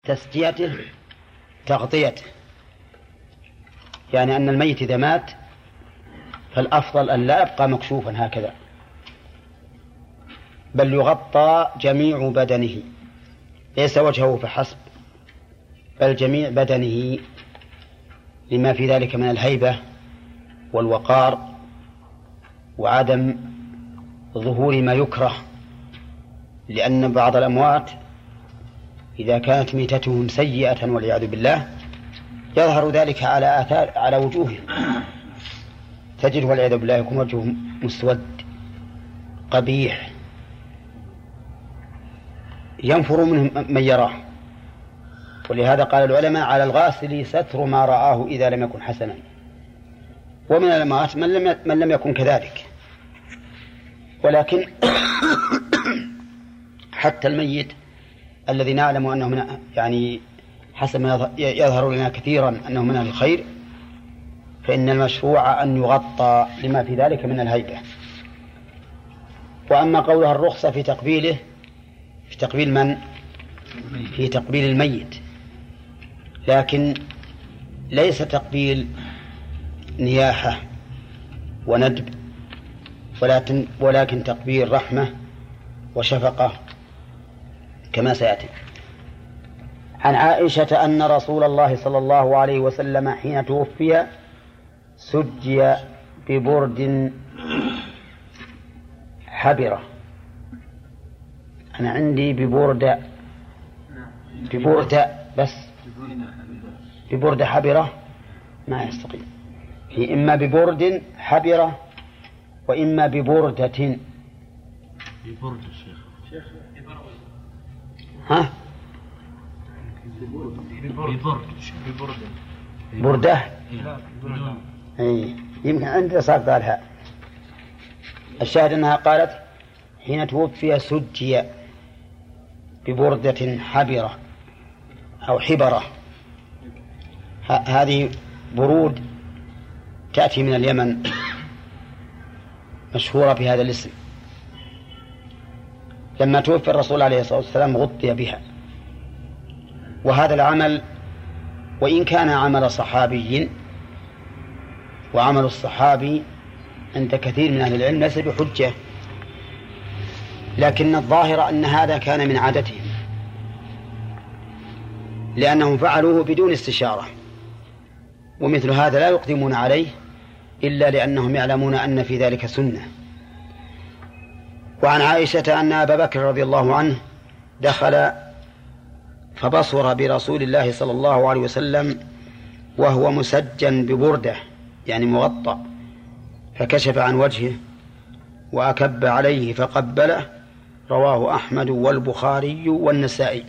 تسجيته تغطيته، يعني أن الميت إذا مات فالأفضل أن لا يبقى مكشوفا هكذا، بل يغطى جميع بدنه، ليس وجهه فحسب بل جميع بدنه، لما في ذلك من الهيبة والوقار وعدم ظهور ما يكره، لأن بعض الأموات إذا كانت ميتتهم سيئة والعياذ بالله يظهر ذلك على وجوههم، تجد والعياذ بالله يكون وجهه مسود قبيح ينفر منه من يراه. ولهذا قال العلماء: على الغاسل ستر ما رآه إذا لم يكن حسنا. ومن الأموات من لم يكن كذلك، ولكن حتى الميت الذي نعلم أنه من يعني حسب ما يظهر لنا كثيرا أنه من الخير، فإن المشروع أن يغطى لما في ذلك من الهيبة. وأما قولها الرخصة في تقبيله، في تقبيل من؟ في تقبيل الميت، لكن ليس تقبيل نياحة وندب، ولكن تقبيل رحمة وشفقة كما سيأتي. عن عائشة أن رسول الله صلى الله عليه وسلم حين توفي سجي ببرد حبرة. أنا عندي ببردة بس ببردة حبرة ما يستقيم، هي إما ببرد حبرة وإما ببردة. ببرد شيخ ها؟ بردة أي يمكن عندي صار قالها. الشاهد أنها قالت حين توفي سجي ببردة حبرة أو حبرة. هذه برود تأتي من اليمن مشهورة بهذا الاسم. لما توفي الرسول عليه الصلاة والسلام غطي بها. وهذا العمل وإن كان عمل صحابي، وعمل الصحابي عند كثير من أهل العلم ليس بحجة، لكن الظاهر أن هذا كان من عادتهم، لأنهم فعلوه بدون استشارة، ومثل هذا لا يقدمون عليه إلا لأنهم يعلمون أن في ذلك سنة. وعن عائشة أن أبا بكر رضي الله عنه دخل فبصر برسول الله صلى الله عليه وسلم وهو مسجن ببردة يعني مغطى، فكشف عن وجهه وأكب عليه فقبله. رواه أحمد والبخاري والنسائي.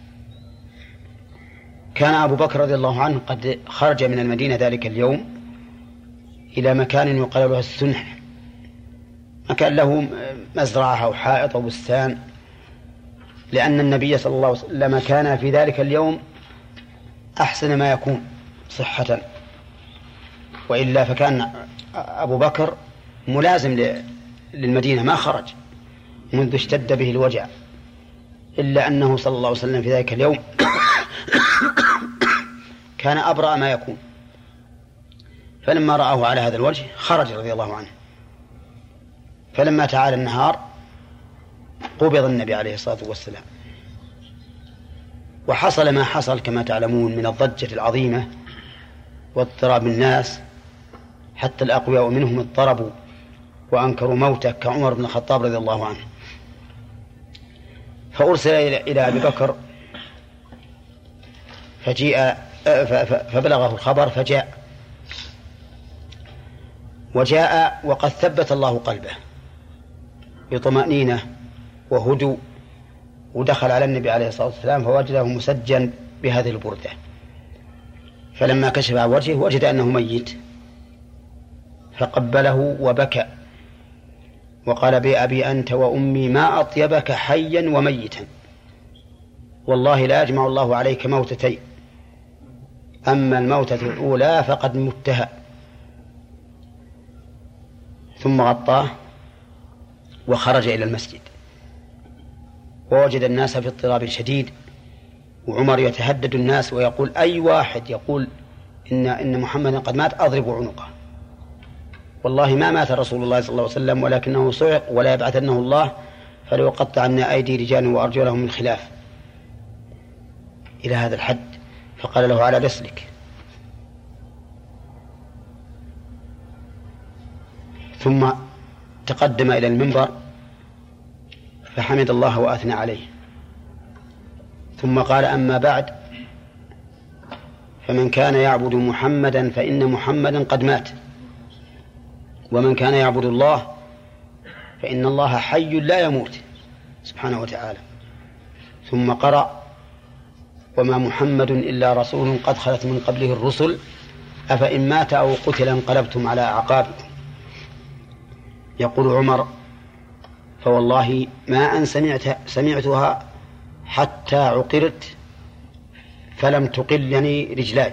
كان أبو بكر رضي الله عنه قد خرج من المدينة ذلك اليوم إلى مكان يقال له السنح، مكان له مزرعة أو حائط أو بستان، لأن النبي صلى الله عليه وسلم كان في ذلك اليوم أحسن ما يكون صحة، وإلا فكان أبو بكر ملازم للمدينة ما خرج منذ اشتد به الوجع، إلا أنه صلى الله عليه وسلم في ذلك اليوم كان أبرأ ما يكون، فلما رآه على هذا الوجه خرج رضي الله عنه. فلما تعالى النهار قبض النبي عليه الصلاة والسلام، وحصل ما حصل كما تعلمون من الضجة العظيمة واضطراب الناس، حتى الأقوياء منهم اضطربوا وأنكروا موته كعمر بن الخطاب رضي الله عنه. فأرسل إلى أبي بكر فبلغه الخبر وجاء وقد ثبت الله قلبه بطمأنينة وهدوء، ودخل على النبي عليه الصلاة والسلام فوجده مسجن بهذه البردة. فلما كشف عن وجهه وجد أنه ميت، فقبله وبكى وقال: بأبي أنت وأمي ما أطيبك حيا وميتا، والله لا يجمع الله عليك موتتين، أما الموتة الأولى فقد متها. ثم غطاه وخرج إلى المسجد، ووجد الناس في اضطراب شديد وعمر يتهدد الناس ويقول أي واحد يقول إن محمدا قد مات أضرب عنقه. والله ما مات رسول الله صلى الله عليه وسلم ولكنه صعق ولا يبعثنه الله فليقطعن أيدي رجال وأرجلهم من خلاف إلى هذا الحد. فقال له على رسلك. ثم تقدم إلى المنبر فحمد الله وأثنى عليه، ثم قال أما بعد فمن كان يعبد محمدا فإن محمدا قد مات، ومن كان يعبد الله فإن الله حي لا يموت سبحانه وتعالى. ثم قرأ وما محمد إلا رسول قد خلت من قبله الرسل أفإن مات أو قتل انقلبتم على أعقابكم. يقول عمر فوالله ما أن سمعتها حتى عقرت فلم تقلني رجلاي،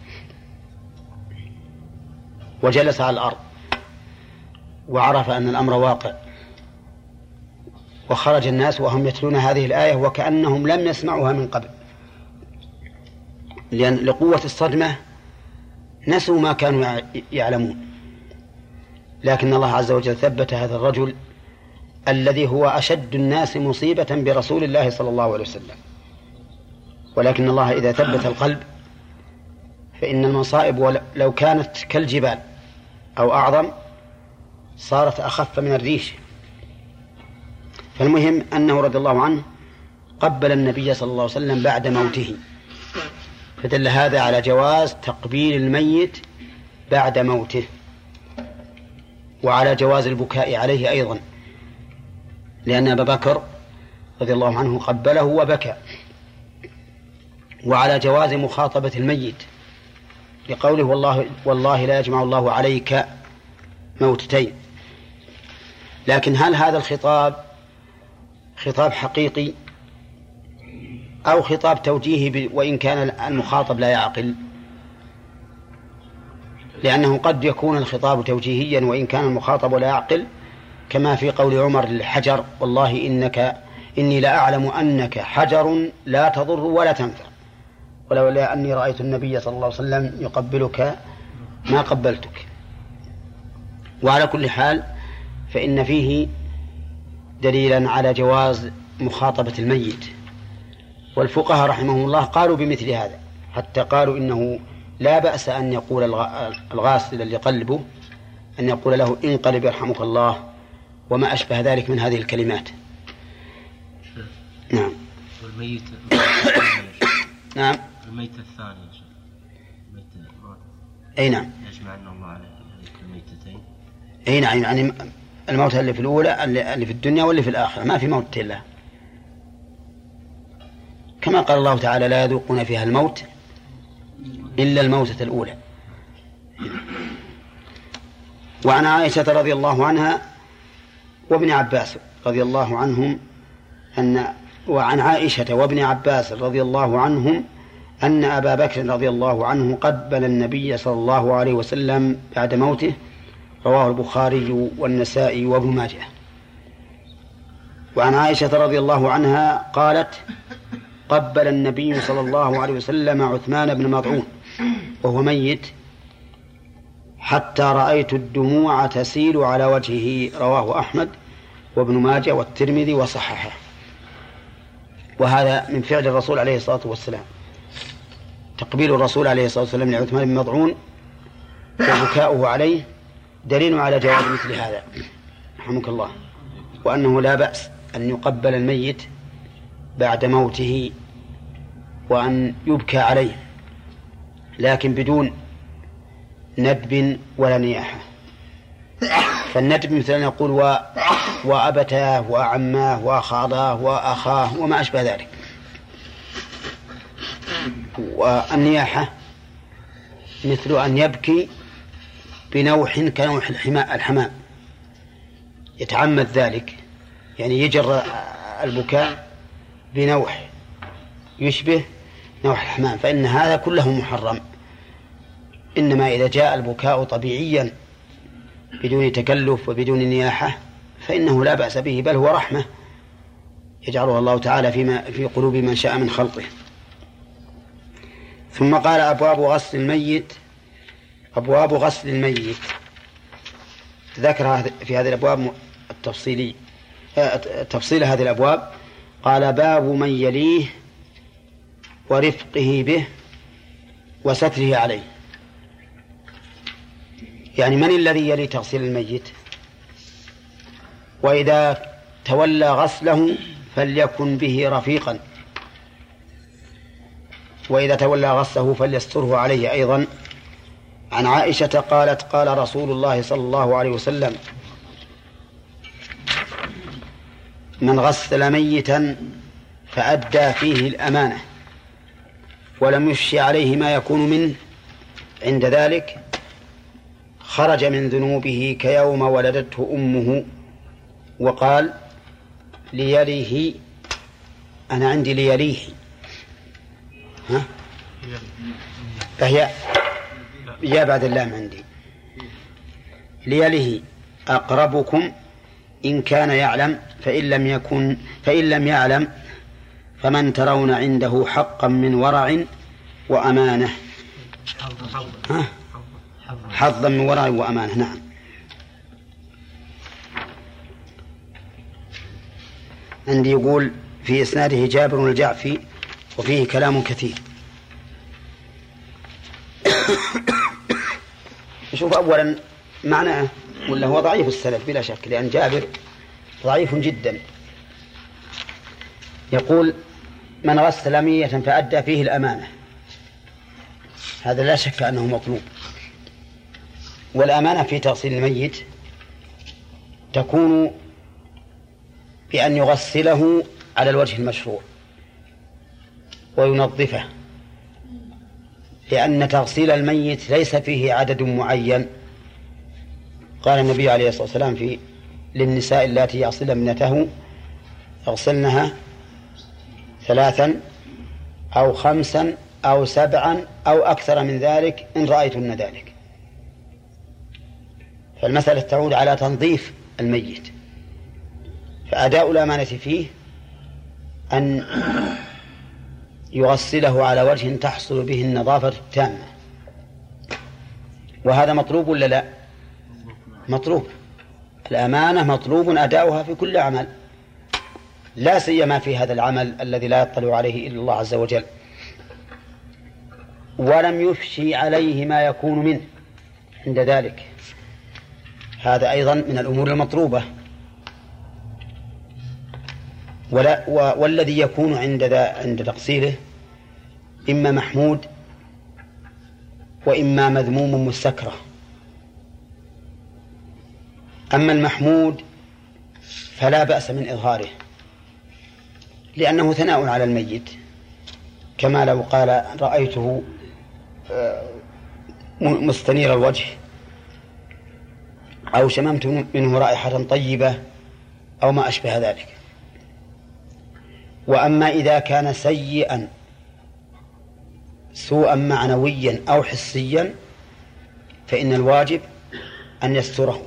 وجلس على الأرض وعرف أن الأمر واقع. وخرج الناس وهم يتلون هذه الآية وكأنهم لم يسمعوها من قبل، لأن لقوة الصدمة نسوا ما كانوا يعلمون. لكن الله عز وجل ثبت هذا الرجل الذي هو أشد الناس مصيبة برسول الله صلى الله عليه وسلم. ولكن الله إذا ثبت القلب فإن المصائب لو كانت كالجبال أو أعظم صارت أخف من الريش. فالمهم أنه رضي الله عنه قبل النبي صلى الله عليه وسلم بعد موته، فدل هذا على جواز تقبيل الميت بعد موته، وعلى جواز البكاء عليه أيضا، لأن أبا بكر رضي الله عنه قبله وبكى، وعلى جواز مخاطبة الميت لقوله والله لا يجمع الله عليك موتتين. لكن هل هذا الخطاب خطاب حقيقي أو خطاب توجيهي وإن كان المخاطب لا يعقل؟ لأنه قد يكون الخطاب توجيهيا وإن كان المخاطب لا يعقل، كما في قول عمر للحجر والله إني لأعلم أنك حجر لا تضر ولا تنفع، ولولا أني رأيت النبي صلى الله عليه وسلم يقبلك ما قبلتك. وعلى كل حال فإن فيه دليلا على جواز مخاطبة الميت، والفقهاء رحمهم الله قالوا بمثل هذا، حتى قالوا إنه لا بأس أن يقول الغاسل اللي قلبه أن يقول له انقلب يرحمك الله وما أشبه ذلك من هذه الكلمات. نعم. والميت نعم. الميت الثاني أي نعم. يجمع أن الله عليه الميتتين. أي نعم، يعني الموت اللي في الأولى اللي في الدنيا واللي في الآخرة، ما في موت إلا كما قال الله تعالى لا يذوقون فيها الموت إلا الموتة الأولى. وعن عائشة رضي الله عنها وابن عباس رضي الله عنهم وعن عائشة وابن عباس رضي الله عنهم أن أبا بكر رضي الله عنه قبل النبي صلى الله عليه وسلم بعد موته، رواه البخاري والنسائي وابن ماجه. وعن عائشة رضي الله عنها قالت قبل النبي صلى الله عليه وسلم عثمان بن مطعون وهو ميت حتى رأيت الدموع تسيل على وجهه، رواه أحمد وابن ماجه والترمذي وصححه. وهذا من فعل الرسول عليه الصلاة والسلام، تقبيل الرسول عليه الصلاة والسلام لعثمان بن مطعون وبكاؤه عليه دليل على جواز مثل هذا رحمك الله، وأنه لا بأس أن يقبل الميت بعد موته وأن يبكى عليه، لكن بدون ندب ولا نياحة. فالندب مثل أن يقول وأبتاه وأعماه وأخاضاه وأخاه وما أشبه ذلك. والنياحة مثل أن يبكي بنوح كنوح الحمام، يتعمد ذلك، يعني يجر البكاء بنوح يشبه نوح الحمام، فإن هذا كله محرم. إنما إذا جاء البكاء طبيعيا بدون تكلف وبدون نياحة فإنه لا بأس به، بل هو رحمة يجعلها الله تعالى في قلوب من شاء من خلقه. ثم قال أبواب غسل الميت. أبواب غسل الميت ذكر في هذه الأبواب تفصيل هذه الأبواب. قال باب من يليه ورفقه به وستره عليه. يعني من الذي يلي تغسيل الميت؟ وإذا تولى غسله فليكن به رفيقا، وإذا تولى غسله فليستره عليه أيضا. عن عائشة قالت قال رسول الله صلى الله عليه وسلم من غسل ميتا فأدى فيه الأمانة ولم يفشي عليه ما يكون منه عند ذلك خرج من ذنوبه كيوم ولدته أمه. وقال ليليه، أنا عندي ليليه فهي يا بعد اللام عندي. ليليه أقربكم إن كان يعلم فإن لم يعلم فمن ترون عنده حقا من ورع وأمانة. حظا من ورع وأمانة. نعم. عندي يقول في إسناده جابر الجعفي وفيه كلام كثير. شوف أولا معناه ولا هو ضعيف السند بلا شك، لأن جابر ضعيف جدا. يقول من غسل مية فأدى فيه الأمانة، هذا لا شك أنه مطلوب. والأمانة في تغسيل الميت تكون بأن يغسله على الوجه المشروع وينظفه، لأن تغسيل الميت ليس فيه عدد معين. قال النبي عليه الصلاة والسلام للنساء اللاتي يغسلن ابنته اغسلنها 3 أو 5 أو 7 أو أكثر من ذلك إن رأيتن ذلك. فالمسألة تعود على تنظيف الميت، فأداء الأمانة فيه أن يغسله على وجه تحصل به النظافة التامة. وهذا مطلوب ولا لا؟ مطلوب. الأمانة مطلوب أداؤها في كل عمل، لا سيما في هذا العمل الذي لا يطلع عليه إلا الله عز وجل. ولم يفشي عليه ما يكون منه عند ذلك، هذا أيضا من الأمور المطلوبة. والذي يكون عند تغسيله إما محمود وإما مذموم مستكره. أما المحمود فلا بأس من إظهاره، لأنه ثناء على الميت، كما لو قال رأيته مستنير الوجه أو شممت منه رائحة طيبة أو ما أشبه ذلك. وأما إذا كان سيئا سوءا معنويا أو حسيا فإن الواجب أن يستره،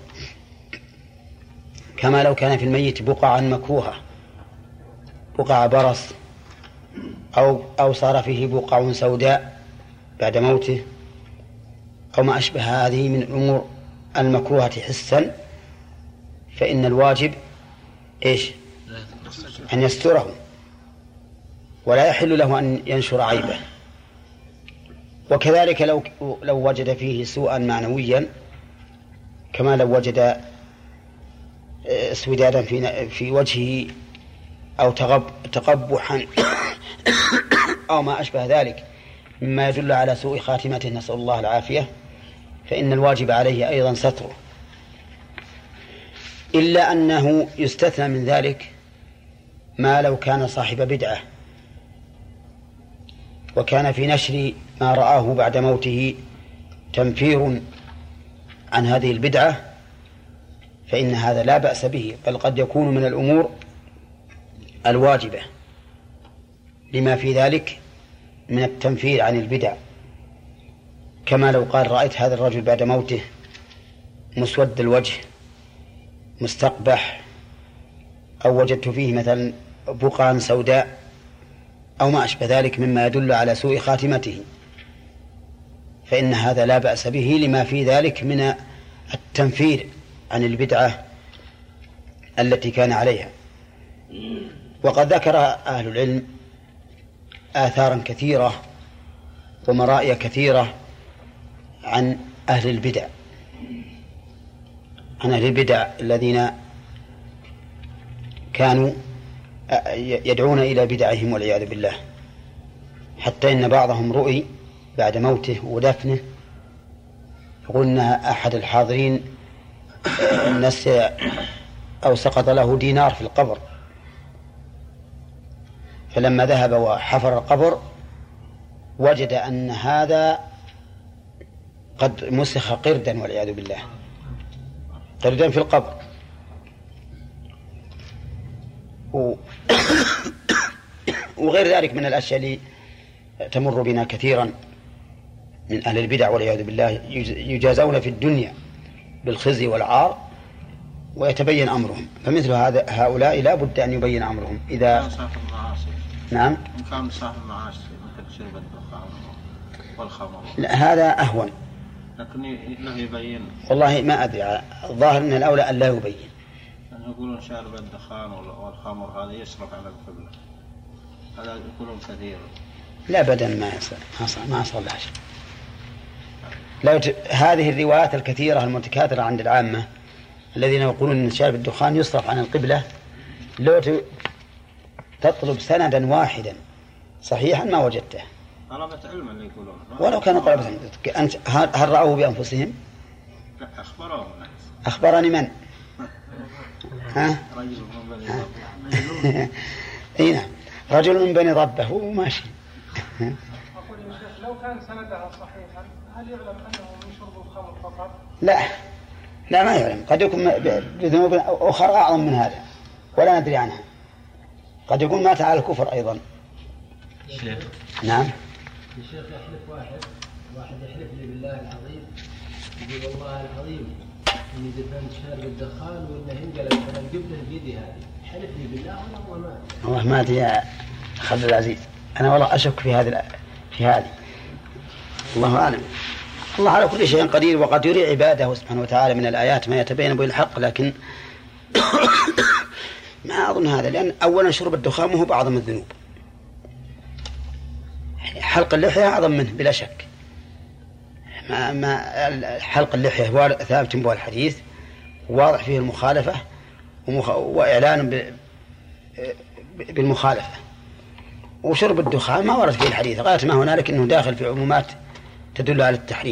كما لو كان في الميت بقعا مكروهة، بقع برص أو صار فيه بقع سوداء بعد موته أو ما أشبه هذه من الأمور المكروهة حسا، فإن الواجب أن يستره ولا يحل له أن ينشر عيبه. وكذلك لو وجد فيه سوءا معنويا، كما لو وجد اسودادا في وجهه أو تقبحا أو ما أشبه ذلك مما يدل على سوء خاتمته، نسأل الله العافية، فإن الواجب عليه أيضا ستره. إلا أنه يستثنى من ذلك ما لو كان صاحب بدعة وكان في نشر ما رآه بعد موته تنفير عن هذه البدعة، فإن هذا لا بأس به، بل قد يكون من الأمور الواجبة لما في ذلك من التنفير عن البدع. كما لو قال رأيت هذا الرجل بعد موته مسود الوجه مستقبح، أو وجدت فيه مثلا بقعا سوداء أو ما أشبه ذلك مما يدل على سوء خاتمته، فإن هذا لا بأس به لما في ذلك من التنفير عن البدعة التي كان عليها. وقد ذكر أهل العلم آثارا كثيرة ومرائي كثيرة عن أهل البدع، عن أهل البدع الذين كانوا يدعون إلى بدعهم والعياذ بالله، حتى إن بعضهم رؤي بعد موته ودفنه يقول أن أحد الحاضرين نسي أو سقط له دينار في القبر، فلما ذهب وحفر القبر وجد أن هذا قد مسخ قردا والعياذ بالله، قردا في القبر. وغير ذلك من الأشياء اللي تمر بنا كثيرا من أهل البدع والعياذ بالله، يجازون في الدنيا بالخزي والعار ويتبين أمرهم. فمثل هؤلاء لا بد أن يبين أمرهم. إذا نعم كان صاحب المعاصي مثل شرب الدخان والخمر، لا هذا أهون، لكن له يبين. والله ما أدري، الظاهر أن الأولى أن لا يبين. يقولون شارب الدخان والخمر هذا يصرف على القبلة، هذا يقولون كثير. لا بدن ما صار لها شيء. لو هذه الروايات الكثيرة المتكاثرة عند العامة الذين يقولون أن شارب الدخان يصرف عن القبلة، لو تطلب سندا واحدا صحيحا ما وجدته. طلبة علم اللي يقولون، ولو كانوا طلبة علم. أنت هل رأوه بأنفسهم؟ لا، أخبرهم الناس. أخبرني من؟ ها؟ رجل من بني ضبة. اي نعم، رجل من بني ضبة هو ماشي. أقول يا شيخ لو كان سندها صحيحا هل يعلم أنه من شرب الخمر فقط؟ لا ما يعلم، قد يكون بذنوب أخرى أعظم من هذا ولا ندري عنها، قد يكون مات على الكفر أيضا. نعم. الشيخ يحلف واحد يحلف لي بالله العظيم، يقول والله العظيم إني دفنت شارب الدخان وإنه انقلب على القبلة بيدي هذه، حلف لي بالله ولا ما أدري. والله ما أدري يا خالد العزيز، أنا والله أشك في هذه الله أعلم. الله على كل شيء قدير، وقد يري عباده سبحانه وتعالى من الآيات ما يتبين به الحق، لكن ما أظن هذا، لأن أولا شرب الدخان هو أعظم الذنوب، حلق اللحية أعظم منه بلا شك. ما حلق اللحية هو ثابت به الحديث، واضح فيه المخالفة وإعلان بالمخالفة. وشرب الدخان ما ورد فيه الحديث، غاية ما هنالك أنه داخل في عمومات تدل على التحريم،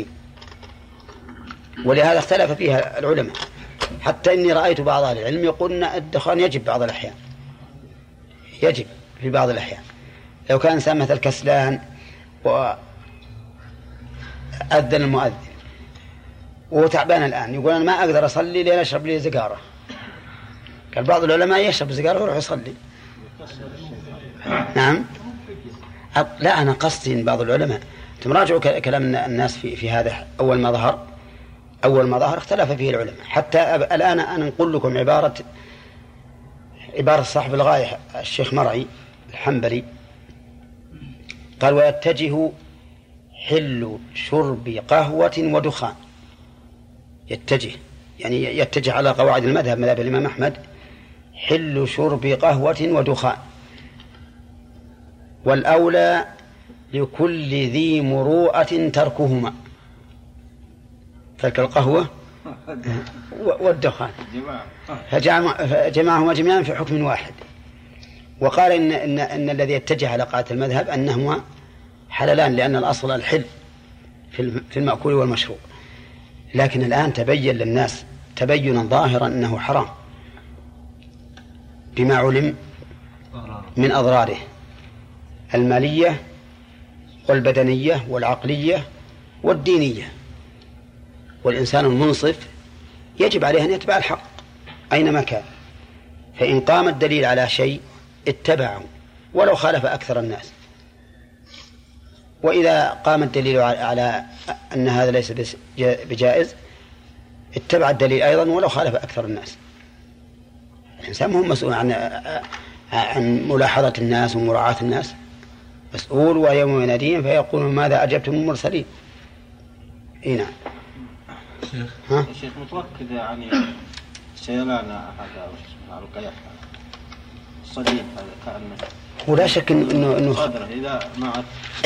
ولهذا اختلف فيها العلماء، حتى إني رأيت بعض أهل العلم يقول أن الدخان يجب بعض الأحيان، يجب في بعض الأحيان. لو كان إنسان مثل كسلان وأذن المؤذن وهو تعبان الآن يقول أنا ما أقدر أصلي لين أشرب لي زقارة، قال بعض العلماء يشرب زقارة ويروح يصلي. نعم. لا، أنا قصدي إن بعض العلماء تمراجعوا كلام الناس في هذا أول ما ظهر اختلف فيه العلماء، حتى الآن أنا نقول لكم عبارة صاحب الغاية الشيخ مرعي الحنبلي قال ويتجه حل شرب قهوة ودخان. يتجه على قواعد المذهب، مذهب الإمام أحمد، حل شرب قهوة ودخان، والأولى لكل ذي مروءة تركهما، ترك القهوة والدخان، فجمعهما جميعا في حكم واحد. وقال إن الذي يتجه على قاعدة المذهب أنهما حلالان، لأن الأصل الحل في المأكول والمشروب، لكن الآن تبين للناس تبينا ظاهرا أنه حرام بما علم من أضراره المالية والبدنية والعقلية والدينية. والإنسان المنصف يجب عليه أن يتبع الحق أينما كان، فإن قام الدليل على شيء اتبعه ولو خالف أكثر الناس، وإذا قام الدليل على أن هذا ليس بجائز اتبع الدليل أيضا ولو خالف أكثر الناس. الإنسان هم مسؤول عن ملاحظة الناس ومراعاة الناس، مسؤول ويوم يناديهم فيقول ماذا أجبتم المرسلين. نعم. يا شيخ متوكد يعني سيلان هذا رقيح الصديق هذا كأنه ولا شك إنه قدره إذا ما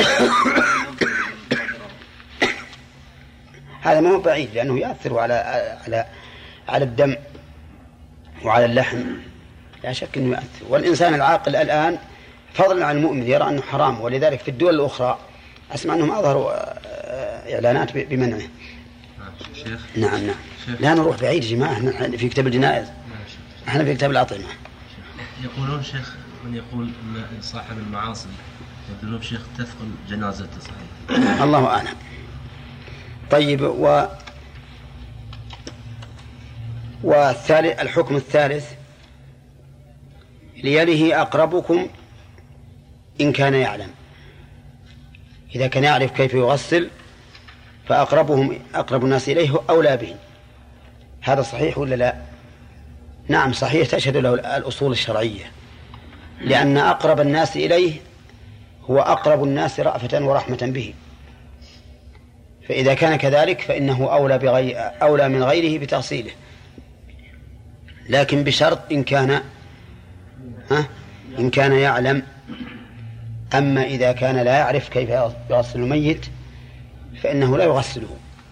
هذا ما هو بعيد، لأنه يأثر على الدم وعلى اللحم، لا شك أنه يؤثر. والإنسان العاقل الآن فضلا عن المؤمن يرى أنه حرام، ولذلك في الدول الأخرى أسمع أنهم أظهروا إعلانات بمنعه. شيخ. نعم. لا نروح بعيد يا جماعة، احنا في كتاب الجنائز، احنا في كتاب الأطعمة. يقولون شيخ من يقول أن صاحب المعاصي يقولون شيخ تثقل جنازته صحيح. الله أعلم. طيب والثالث الحكم الثالث ليله أقربكم إن كان يعلم. إذا كان يعرف كيف يغسل فأقربهم أقرب الناس إليه أولى به. هذا صحيح ولا لا؟ نعم صحيح، تشهد له الأصول الشرعية، لأن أقرب الناس إليه هو أقرب الناس رأفة ورحمة به، فإذا كان كذلك فإنه أولى من غيره بتغسيله، لكن بشرط إن كان يعلم. أما إذا كان لا يعرف كيف يغسل الميت فإنه لا يغسله.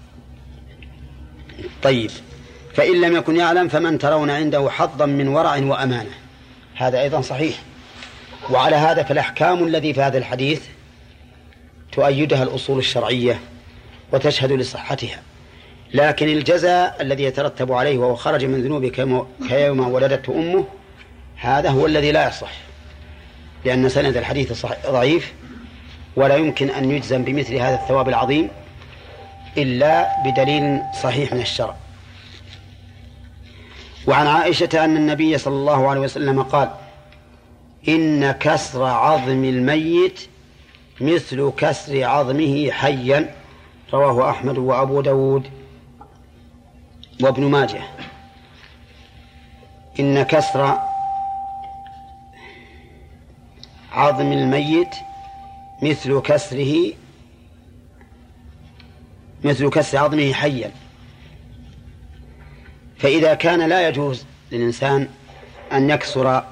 طيب، فإن لم يكن يعلم فمن ترون عنده حظا من ورع وأمانة، هذا أيضا صحيح. وعلى هذا فالأحكام الذي في هذا الحديث تؤيدها الأصول الشرعية وتشهد لصحتها، لكن الجزاء الذي يترتب عليه وهو خرج من ذنوبه كيوم ولدته أمه، هذا هو الذي لا يصح، لأن سند الحديث ضعيف، ولا يمكن أن يجزم بمثل هذا الثواب العظيم إلا بدليل صحيح من الشرع. وعن عائشة أن النبي صلى الله عليه وسلم قال: إن كسر عظم الميت مثل كسر عظمه حيا، رواه أحمد وأبو داود وابن ماجه. إن كسر عظم الميت مثل كسر عظمه حيا. فإذا كان لا يجوز للإنسان أن يكسر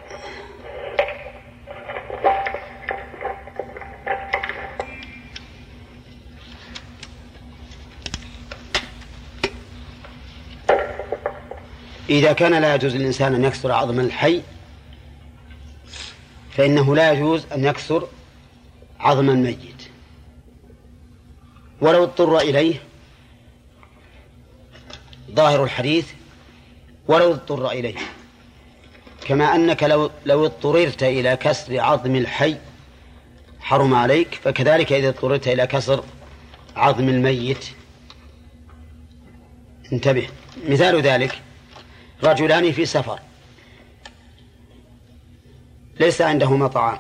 للإنسان أن يكسر عظم الحي، فإنه لا يجوز أن يكسر عظم الميت ولو اضطر إليه. ظاهر الحديث ولو اضطر إليه، كما أنك لو اضطررت إلى كسر عظم الحي حرم عليك، فكذلك إذا اضطررت إلى كسر عظم الميت. انتبه، مثال ذلك: رجلان في سفر ليس عندهما طعام،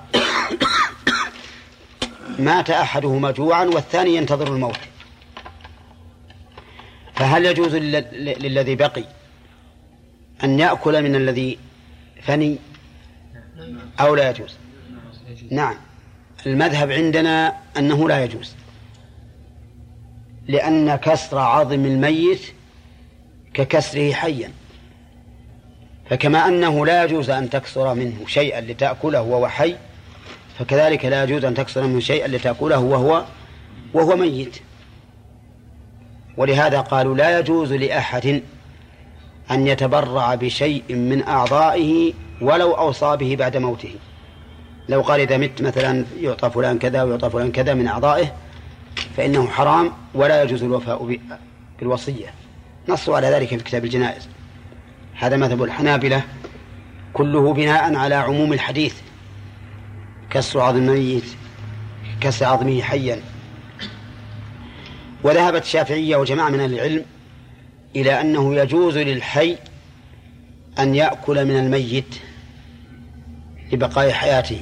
مات أحدهما جوعا والثاني ينتظر الموت، فهل يجوز للذي بقي أن يأكل من الذي فني أو لا يجوز؟ نعم، المذهب عندنا أنه لا يجوز، لأن كسر عظم الميت ككسره حيا، فكما أنه لا يجوز أن تكسر منه شيئا لتأكله وهو حي، فكذلك لا يجوز أن تكسر منه شيئا لتأكله وهو ميت. ولهذا قالوا لا يجوز لأحد أن يتبرع بشيء من أعضائه ولو أوصى به بعد موته. لو قال إذا مت مثلا يعطى فلان كذا ويعطى فلان كذا من أعضائه فإنه حرام ولا يجوز الوفاء بالوصية. نصوا على ذلك في كتاب الجنائز. هذا مذهب الحنابلة كله بناء على عموم الحديث: كسر عظم الميت كسر عظمه حيا. وذهبت الشافعية وجماعة من العلم إلى أنه يجوز للحي أن يأكل من الميت لبقاء حياته،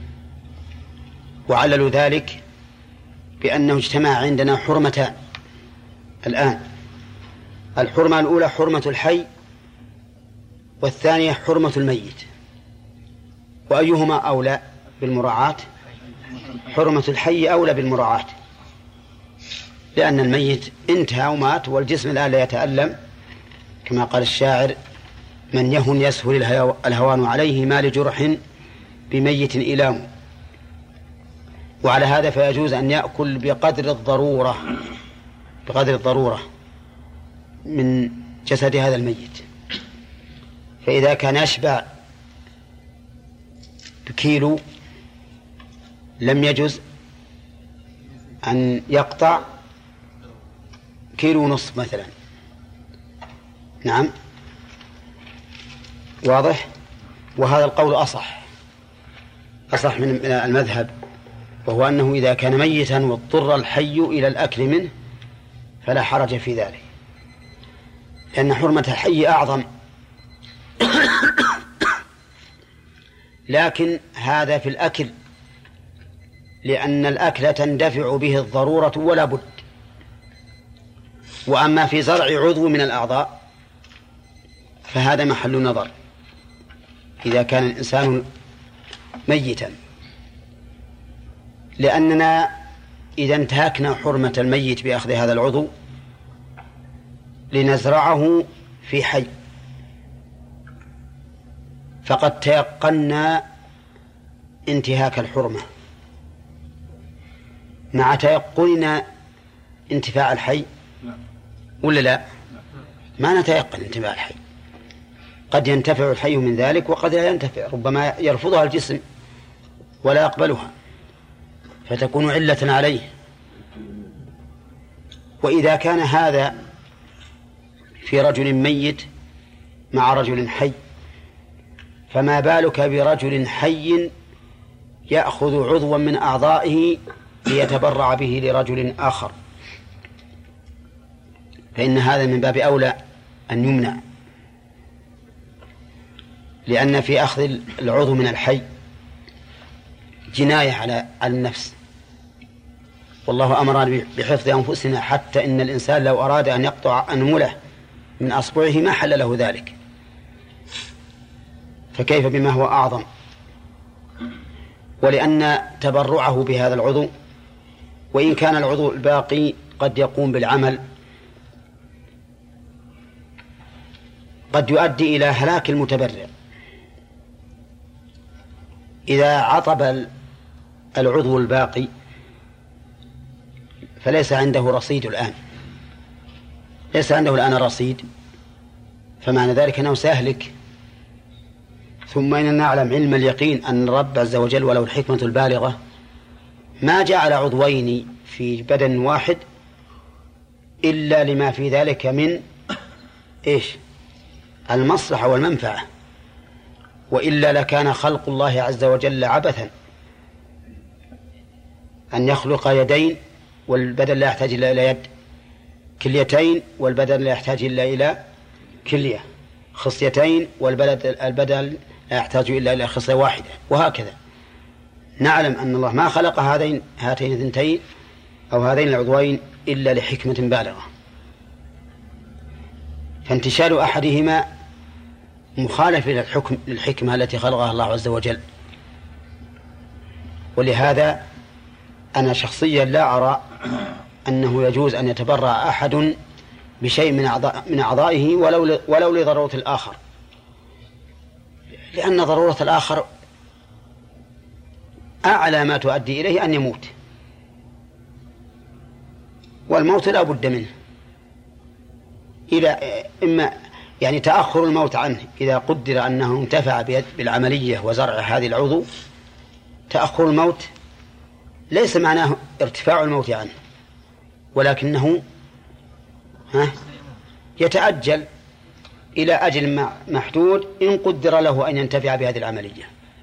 وعللوا ذلك بأنه اجتمع عندنا حرمتان الآن: الحرمة الأولى حرمة الحي، والثانية حرمة الميت. وأيهما أولى بالمراعاة؟ حرمة الحي أولى بالمراعاة، لأن الميت انتهى ومات، والجسم الآن لا يتألم، كما قال الشاعر: من يهن يسهل الهوان عليه، ما لجرح بميت إلام. وعلى هذا فيجوز أن يأكل بقدر الضرورة من جسد هذا الميت. فإذا كان يشبع بكيلو لم يجوز أن يقطع 1.5 كيلو مثلا. نعم، واضح. وهذا القول أصح من المذهب، وهو أنه إذا كان ميتا واضطر الحي إلى الأكل منه فلا حرج في ذلك، لأن حرمة الحي أعظم. لكن هذا في الأكل، لأن الأكل تندفع به الضرورة ولا بد. وأما في زرع عضو من الأعضاء فهذا محل نظر إذا كان الإنسان ميتا، لأننا إذا انتهكنا حرمة الميت بأخذ هذا العضو لنزرعه في حي، فقد تيقنا انتهاك الحرمة مع تيقننا انتفاع الحي، ولا لا؟ ما نتيقن انتفاع الحي، قد ينتفع الحي من ذلك وقد لا ينتفع، ربما يرفضها الجسم ولا يقبلها فتكون علة عليه. وإذا كان هذا في رجل ميت مع رجل حي، فما بالك برجل حي يأخذ عضوا من أعضائه ليتبرع به لرجل آخر؟ فإن هذا من باب أولى أن يمنع، لأن في أخذ العضو من الحي جناية على النفس، والله أمرنا بحفظ أنفسنا، حتى إن الإنسان لو أراد أن يقطع أنملة من أصبعه ما حل له ذلك، فكيف بما هو أعظم؟ ولأن تبرعه بهذا العضو وإن كان العضو الباقي قد يقوم بالعمل قد يؤدي إلى هلاك المتبرع. إذا عطب العضو الباقي فليس عنده رصيد الآن، ليس عنده الآن رصيد، فمعنى ذلك أنه سيهلك. ثم إننا نعلم علم اليقين أن الرب عز وجل ولو الحكمة البالغة ما جعل عضوين في بدن واحد إلا لما في ذلك من المصلحة والمنفعة، وإلا لكان خلق الله عز وجل عبثا، أن يخلق يدين والبدن لا يحتاج إلا إلى يد، كليتين والبدن لا يحتاج إلا إلى كلية، خصيتين والبدن لا يحتاج إلا إلى خصية واحدة، وهكذا. نعلم أن الله ما خلق هاتين الثنتين أو هذين العضوين إلا لحكمة بالغة، فانتشال أحدهما مخالف للحكمة التي خلقها الله عز وجل. ولهذا أنا شخصيا لا أرى أنه يجوز أن يتبرع أحد بشيء من أعضائه ولو لضرورة الآخر، لأن ضرورة الآخر أعلى ما تؤدي إليه أن يموت، والموت لا بد منه، إما يعني تأخر الموت عنه إذا قدر أنه انتفع بالعملية وزرع هذه العضو، تأخر الموت ليس معناه ارتفاع الموت عنه، ولكنه يتأجل إلى أجل محدود إن قدر له أن ينتفع بهذه العملية.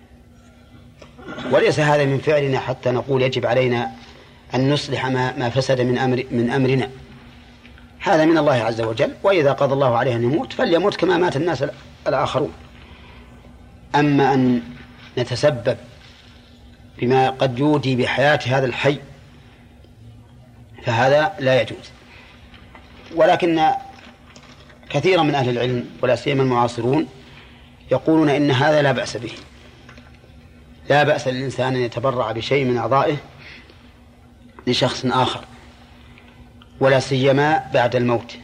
وليس هذا من فعلنا حتى نقول يجب علينا أن نصلح ما فسد من أمرنا، هذا من الله عز وجل، وإذا قضى الله عليه أن يموت فليموت كما مات الناس الآخرون. أما أن نتسبب بما قد يودي بحياة هذا الحي فهذا لا يجوز. ولكن كثيرا من أهل العلم ولا سيما المعاصرون يقولون إن هذا لا بأس به، لا بأس للإنسان أن يتبرع بشيء من أعضائه لشخص آخر، ولا سيما بعد الموت.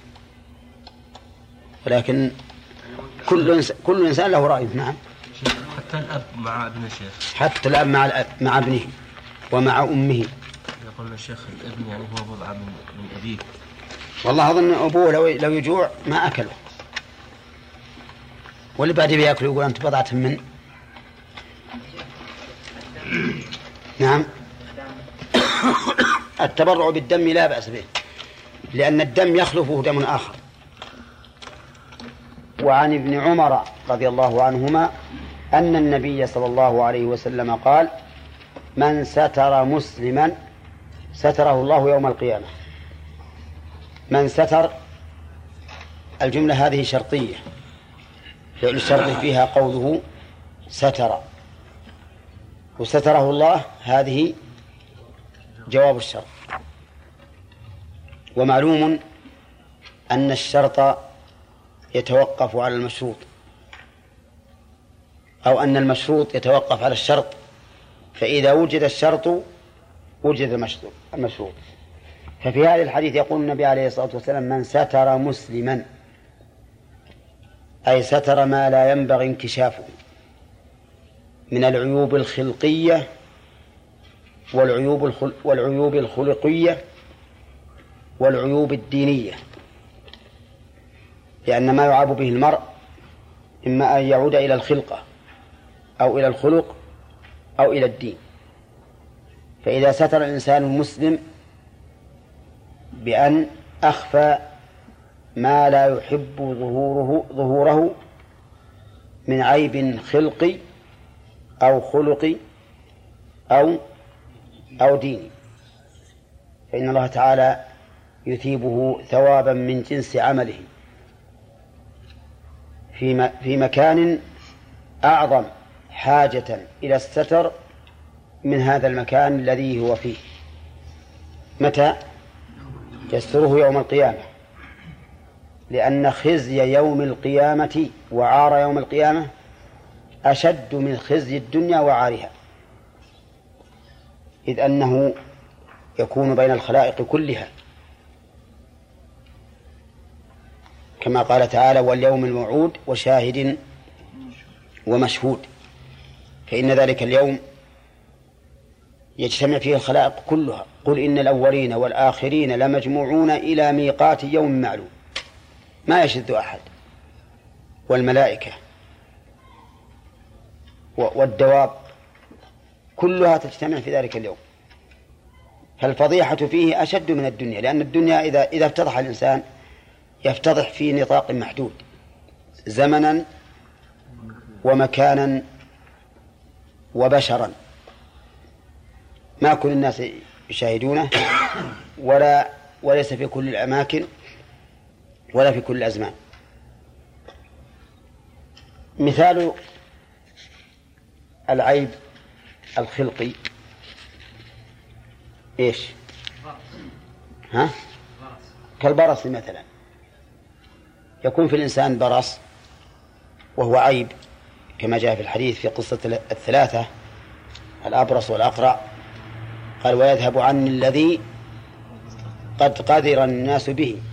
ولكن كل إنسان له رأي. نعم. حتى الأب مع ابنه شيخ. حتى الأب مع ابنه ومع أمه. يقول الشيخ الابن يعني هو بضعة من أبيه. والله أظن أبوه لو يجوع ما أكله، واللي بعد بيأكل يقول أنت بضعة من. نعم. التبرع بالدم لا بأس به، لأن الدم يخلفه دم آخر. وعن ابن عمر رضي الله عنهما أن النبي صلى الله عليه وسلم قال: من ستر مسلما ستره الله يوم القيامة. من ستر، الجملة هذه شرطية، فعل الشرط فيها قوله ستر، وستره الله هذه جواب الشرط. ومعلوم أن الشرط يتوقف على المشروط، أو أن المشروط يتوقف على الشرط، فإذا وجد الشرط وجد المشروط. ففي هذا الحديث يقول النبي عليه الصلاة والسلام: من ستر مسلما، أي ستر ما لا ينبغي انكشافه من العيوب الخلقية والعيوب الخلقية والعيوب الدينية، لأن ما يعاب به المرء إما أن يعود إلى الخلقة أو إلى الخلق أو إلى الدين. فإذا ستر الإنسان المسلم بأن أخفى ما لا يحب ظهوره من عيب خلقي أو خلقي أو ديني، فإن الله تعالى يثيبه ثوابا من جنس عمله في مكان أعظم حاجة إلى الستر من هذا المكان الذي هو فيه. متى؟ يستره يوم القيامة، لأن خزي يوم القيامة وعار يوم القيامة أشد من خزي الدنيا وعارها، إذ أنه يكون بين الخلائق كلها، كما قال تعالى: واليوم الموعود وشاهد ومشهود. فإن ذلك اليوم يجتمع فيه الخلائق كلها. قل إن الأولين والآخرين لمجموعون إلى ميقات يوم معلوم، ما يشذ أحد، والملائكة والدواب كلها تجتمع في ذلك اليوم. فالفضيحة فيه أشد من الدنيا، لأن الدنيا إذا افتضح الإنسان يفتضح في نطاق محدود زمنا ومكانا وبشرا، ما كل الناس يشاهدونه، وليس في كل الأماكن ولا في كل الأزمان. مثال العيب الخلقي إيش؟ كالبرص مثلا، يكون في الإنسان برص وهو عيب، كما جاء في الحديث في قصة الثلاثة الأبرص والأقرع، قال: ويذهب عني الذي قد قدر الناس به.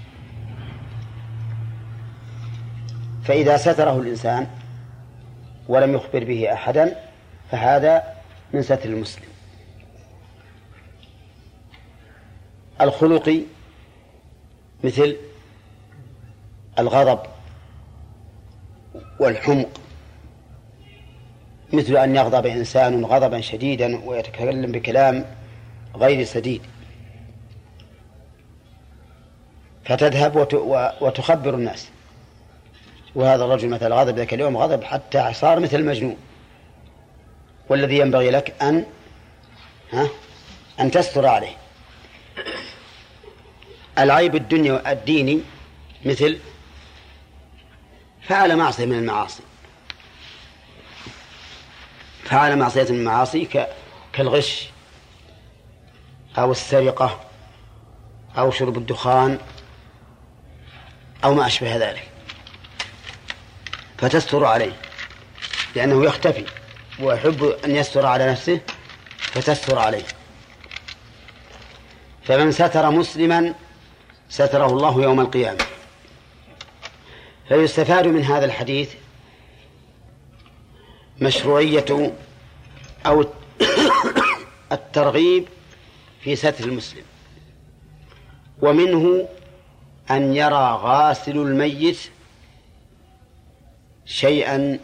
فإذا ستره الإنسان ولم يخبر به أحدا فهذا من ستر المسلم. الخلق مثل الغضب والحمق، مثل أن يغضب إنسان غضبا شديدا ويتكلم بكلام غير سديد، فتذهب وتخبر الناس: وهذا الرجل مثل غضب ذاك اليوم غضب حتى صار مثل المجنون، والذي ينبغي لك أن تستر عليه. العيب الديني مثل فعل معصية من المعاصي، فعل معصية من المعاصي كالغش أو السرقة أو شرب الدخان أو ما أشبه ذلك، فتستر عليه لأنه يختفي ويحب أن يستر على نفسه فتستر عليه. فمن ستر مسلما ستره الله يوم القيامة. فيستفاد من هذا الحديث مشروعية أو الترغيب في ستر المسلم، ومنه أن يرى غاسل الميت شيئا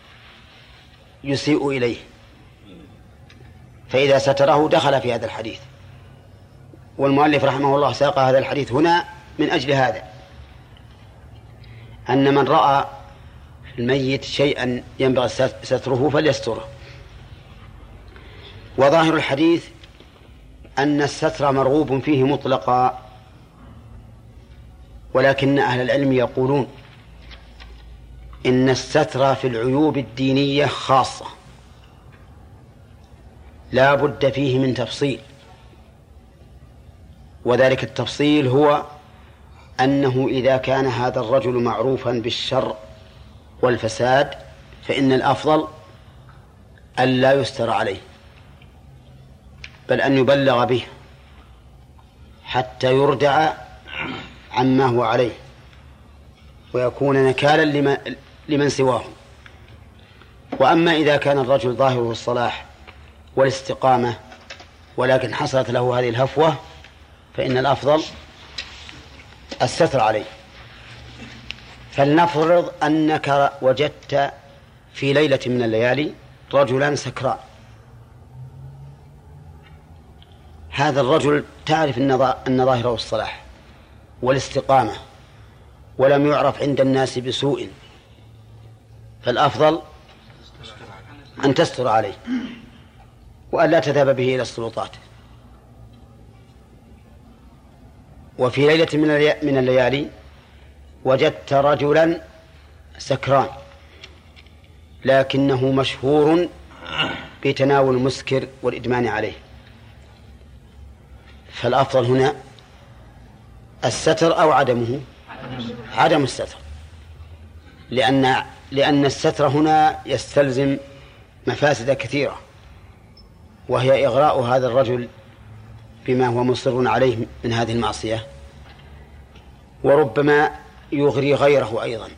يسيء إليه، فإذا ستره دخل في هذا الحديث. والمؤلف رحمه الله ساق هذا الحديث هنا من أجل هذا، أن من رأى في الميت شيئا ينبغي ستره فليستره. وظاهر الحديث أن الستر مرغوب فيه مطلقا، ولكن أهل العلم يقولون إن الستر في العيوب الدينية خاصة لا بد فيه من تفصيل، وذلك التفصيل هو أنه إذا كان هذا الرجل معروفا بالشر والفساد فإن الأفضل أن لا يستر عليه، بل أن يبلغ به حتى يردع عما هو عليه ويكون نكالا لمن سواه. وأما إذا كان الرجل ظاهره الصلاح والاستقامة ولكن حصلت له هذه الهفوة فإن الأفضل الستر عليه. فلنفرض أنك وجدت في ليلة من الليالي رجلا سكران، هذا الرجل تعرف أن ظاهره الصلاح والاستقامة ولم يعرف عند الناس بسوء، فالأفضل أن تستر عليه وأن لا تذهب به إلى السلطات. وفي ليلة من الليالي وجدت رجلا سكران لكنه مشهور بتناول المسكر والإدمان عليه، فالأفضل هنا الستر أو عدمه؟ عدم الستر، لأن الستر هنا يستلزم مفاسد كثيرة، وهي إغراء هذا الرجل بما هو مصر عليه من هذه المعصية، وربما يغري غيره أيضا.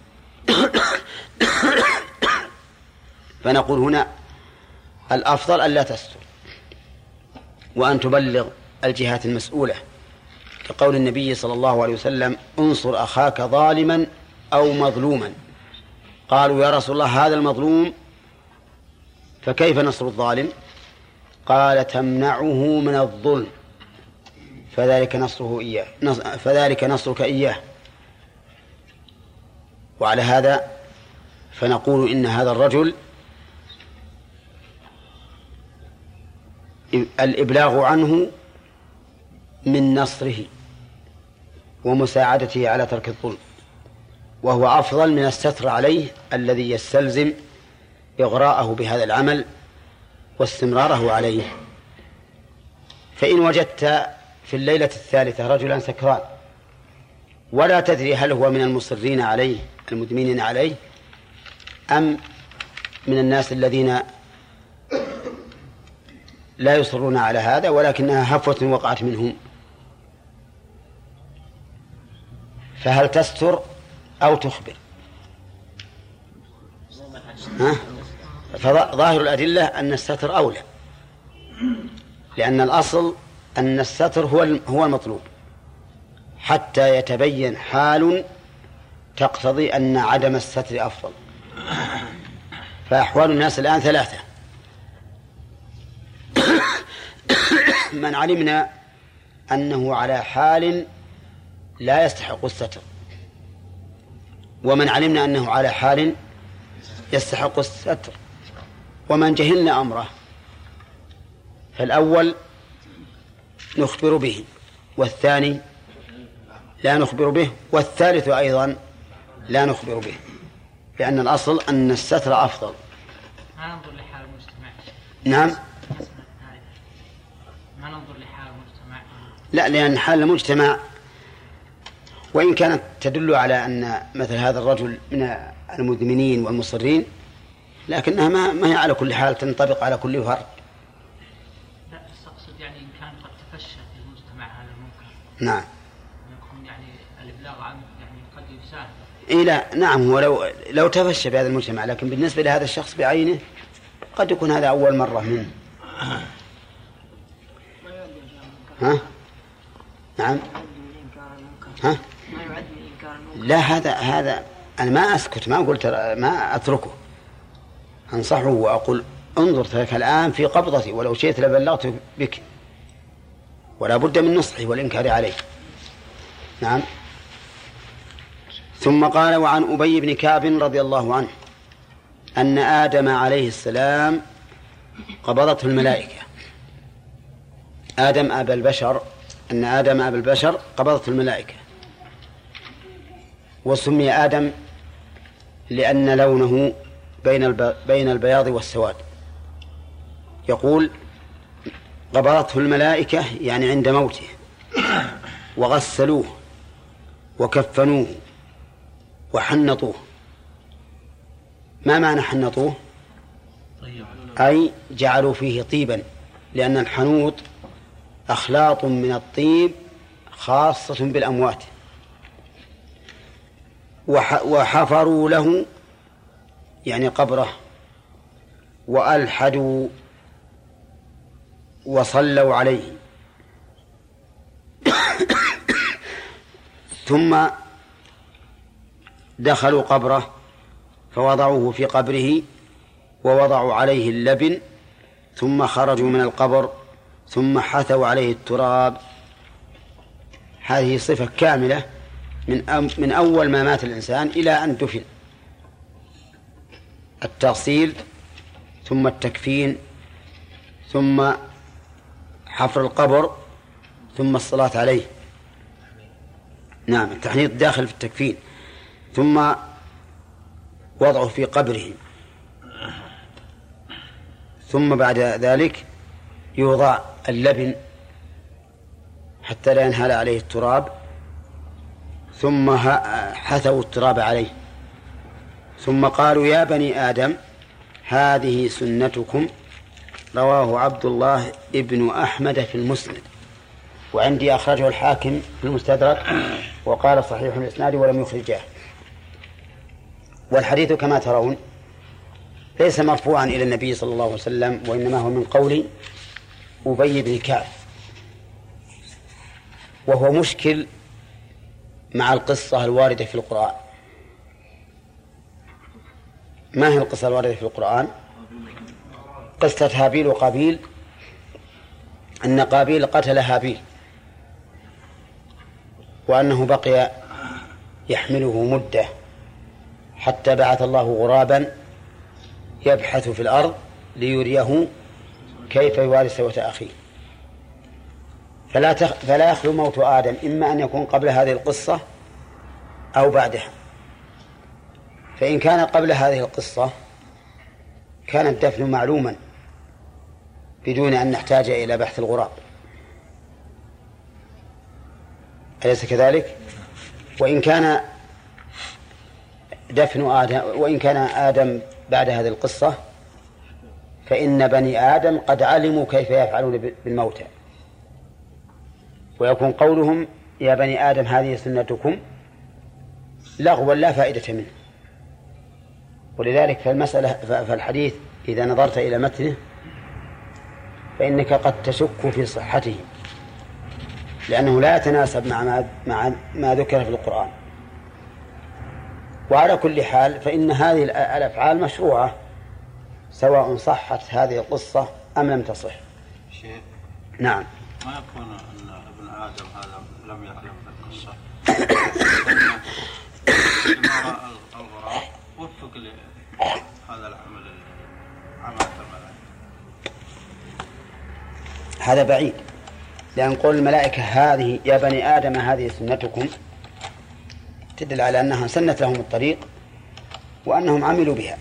فنقول هنا الأفضل أن لا تستر وأن تبلغ الجهات المسؤولة، كقول النبي صلى الله عليه وسلم: انصر أخاك ظالما أو مظلوما. قالوا: يا رسول الله هذا المظلوم فكيف نصر الظالم؟ قال: تمنعه من الظلم فذلك نصرك إياه. وعلى هذا فنقول إن هذا الرجل الإبلاغ عنه من نصره ومساعدته على ترك الظلم، وهو أفضل من الستر عليه الذي يستلزم إغراءه بهذا العمل واستمراره عليه. فإن وجدت في الليلة الثالثة رجلا سكران ولا تدري هل هو من المصرين عليه المدمنين عليه أم من الناس الذين لا يصرون على هذا ولكنها هفوة وقعت منهم، فهل تستر أو تخبر؟ فظاهر الأدلة أن الستر أولى، لأن الأصل أن الستر هو المطلوب حتى يتبين حال تقتضي أن عدم الستر أفضل. فأحوال الناس الآن ثلاثة: من علمنا أنه على حال لا يستحق الستر، ومن علمنا أنه على حال يستحق الستر، ومن جهلنا أمره. فالأول نخبر به، والثاني لا نخبر به، والثالث أيضا لا نخبر به، لأن الأصل أن الستر أفضل. ما ننظر لحال المجتمع. نعم، ما ننظر لحال المجتمع. لا، لأن حال المجتمع وإن كانت تدل على أن مثل هذا الرجل من المدمنين والمصرين، لكنها ما هي على كل حال تنطبق على كل فرد. لا، أقصد يعني إن كان قد تفشى في المجتمع هذا المنكر. نعم. يكون يعني الإبلاغ عنه يعني قد يساهم. إيه لا نعم، هو لو تفشى بهذا المجتمع، لكن بالنسبة لهذا الشخص بعينه قد يكون هذا أول مرة منه. ها؟ نعم. ها؟ لا هذا أنا ما أسكت، ما قلت ما أتركه، أنصحه وأقول انظر ترك الآن في قبضتي، ولو شئت لبلغت بك، ولا بد من نصحه والإنكار عليه. نعم. ثم قال: وعن أبي بن كعب رضي الله عنه أن آدم عليه السلام قبضته الملائكة. آدم أبا البشر قبضته الملائكة، وسمي آدم لأن لونه بين البياض والسواد. يقول: قبضته الملائكة يعني عند موته، وغسلوه وكفنوه وحنطوه. ما معنى حنطوه؟ أي جعلوا فيه طيبا، لأن الحنوط أخلاط من الطيب خاصة بالأموات. وحفروا له يعني قبره، وألحدوا وصلوا عليه، ثم دخلوا قبره فوضعوه في قبره ووضعوا عليه اللبن، ثم خرجوا من القبر ثم حثوا عليه التراب. هذه صفة كاملة من أول ما مات الإنسان إلى أن دفن: التغسيل ثم التكفين ثم حفر القبر ثم الصلاة عليه. نعم، التحنيط داخل في التكفين، ثم وضعه في قبره، ثم بعد ذلك يوضع اللبن حتى لا ينهال عليه التراب، ثم حثوا التراب عليه، ثم قالوا: يا بني آدم هذه سنتكم. رواه عبد الله ابن أحمد في المسند، وعندي أخرجه الحاكم في المستدرك وقال صحيح الإسناد ولم يخرجاه. والحديث كما ترون ليس مرفوعا إلى النبي صلى الله عليه وسلم، وإنما هو من قول أبي بن كعب، وهو مشكل مع القصة الواردة في القرآن. ما هي القصة الواردة في القرآن؟ قصة هابيل وقابيل، أن قابيل قتل هابيل، وأنه بقي يحمله مدة حتى بعث الله غرابا يبحث في الأرض ليريه كيف يواري سوءة أخيه. فلا يخلو موت آدم إما أن يكون قبل هذه القصة أو بعدها. فإن كان قبل هذه القصة كان الدفن معلوما بدون أن نحتاج إلى بحث الغراب، أليس كذلك؟ وإن كان آدم بعد هذه القصة فإن بني آدم قد علموا كيف يفعلون بالموتى، ويكون قولهم يا بني آدم هذه سنتكم لغوا لا فائدة منه. ولذلك فالحديث إذا نظرت إلى متنه فإنك قد تشك في صحته، لأنه لا يتناسب مع ما ذكر في القرآن. وعلى كل حال فإن هذه الأفعال مشروعة سواء صحت هذه القصة أم لم تصح. نعم. ما يكون أن ابن آدم هذا لم يعلم بالقصة لما رأى الغراب وفق لهذا العمل عمل الملائكة. هذا بعيد، لأن قول الملائكة هذه يا بني آدم هذه سنتكم تدل على أنها سنت لهم الطريق وأنهم عملوا بها،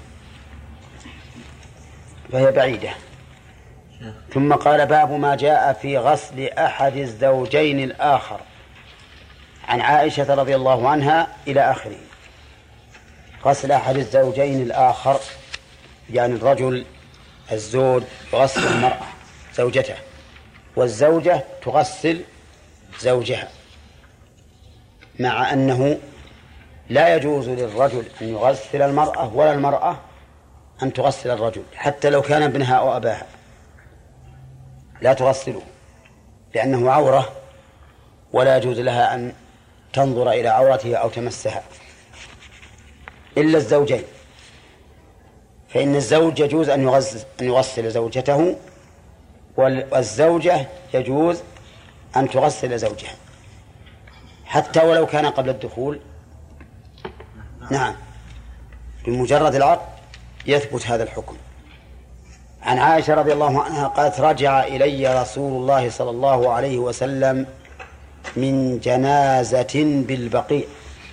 فهي بعيدة. ثم قال: باب ما جاء في غسل أحد الزوجين الآخر، عن عائشة رضي الله عنها إلى آخره. غسل أحد الزوجين الآخر يعني الرجل الزوج يغسل المرأة زوجته، والزوجة تغسل زوجها. مع أنه لا يجوز للرجل أن يغسل المرأة ولا المرأة أن تغسل الرجل، حتى لو كان ابنها أو أباها لا تغسله، لأنه عورة ولا يجوز لها أن تنظر إلى عورته أو تمسها، إلا الزوجين. فإن الزوج يجوز أن يغسل زوجته، والزوجة يجوز أن تغسل زوجها حتى ولو كان قبل الدخول. نعم، بمجرد العقد يثبت هذا الحكم. عن عائشة رضي الله عنها قالت: رجع إلي رسول الله صلى الله عليه وسلم من جنازة بالبقيع.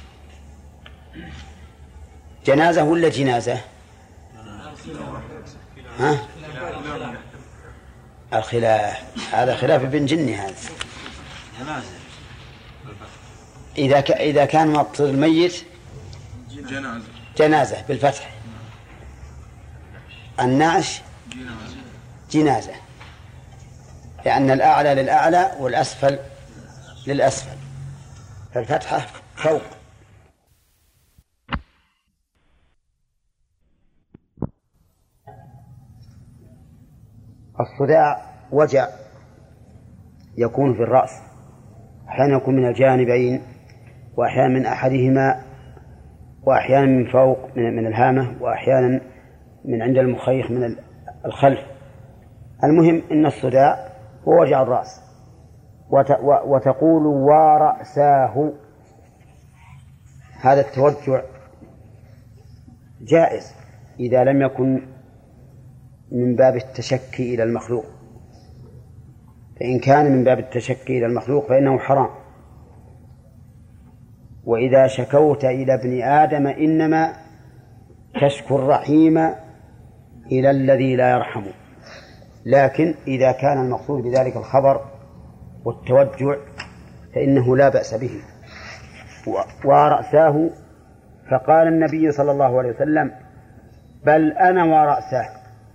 جنازة ولا جنازة؟ ها؟ الخلاف، هذا خلاف ابن جني. هذا إذا كان مقصود الميت جنازة بالفتح، النعش جنازة، لأن الأعلى للأعلى والأسفل للأسفل، فالفتحة فوق. الصداع وجع يكون في الرأس، أحيانا يكون من الجانبين، وأحيانا من أحدهما، وأحيانا من فوق من الهامة، وأحيانا من عند المخيخ من الخلف. المهم إن الصداع هو وجع الرأس. وتقول ورأساه، هذا التوجع جائز إذا لم يكن من باب التشكي إلى المخلوق، فإن كان من باب التشكي إلى المخلوق فإنه حرام. وإذا شكوت إلى ابن آدم إنما تشكو الرحيم إلى الذي لا يرحم. لكن إذا كان المقصود بذلك الخبر والتوجع فإنه لا بأس به. ورأساه، فقال النبي صلى الله عليه وسلم: بل أنا ورأساه،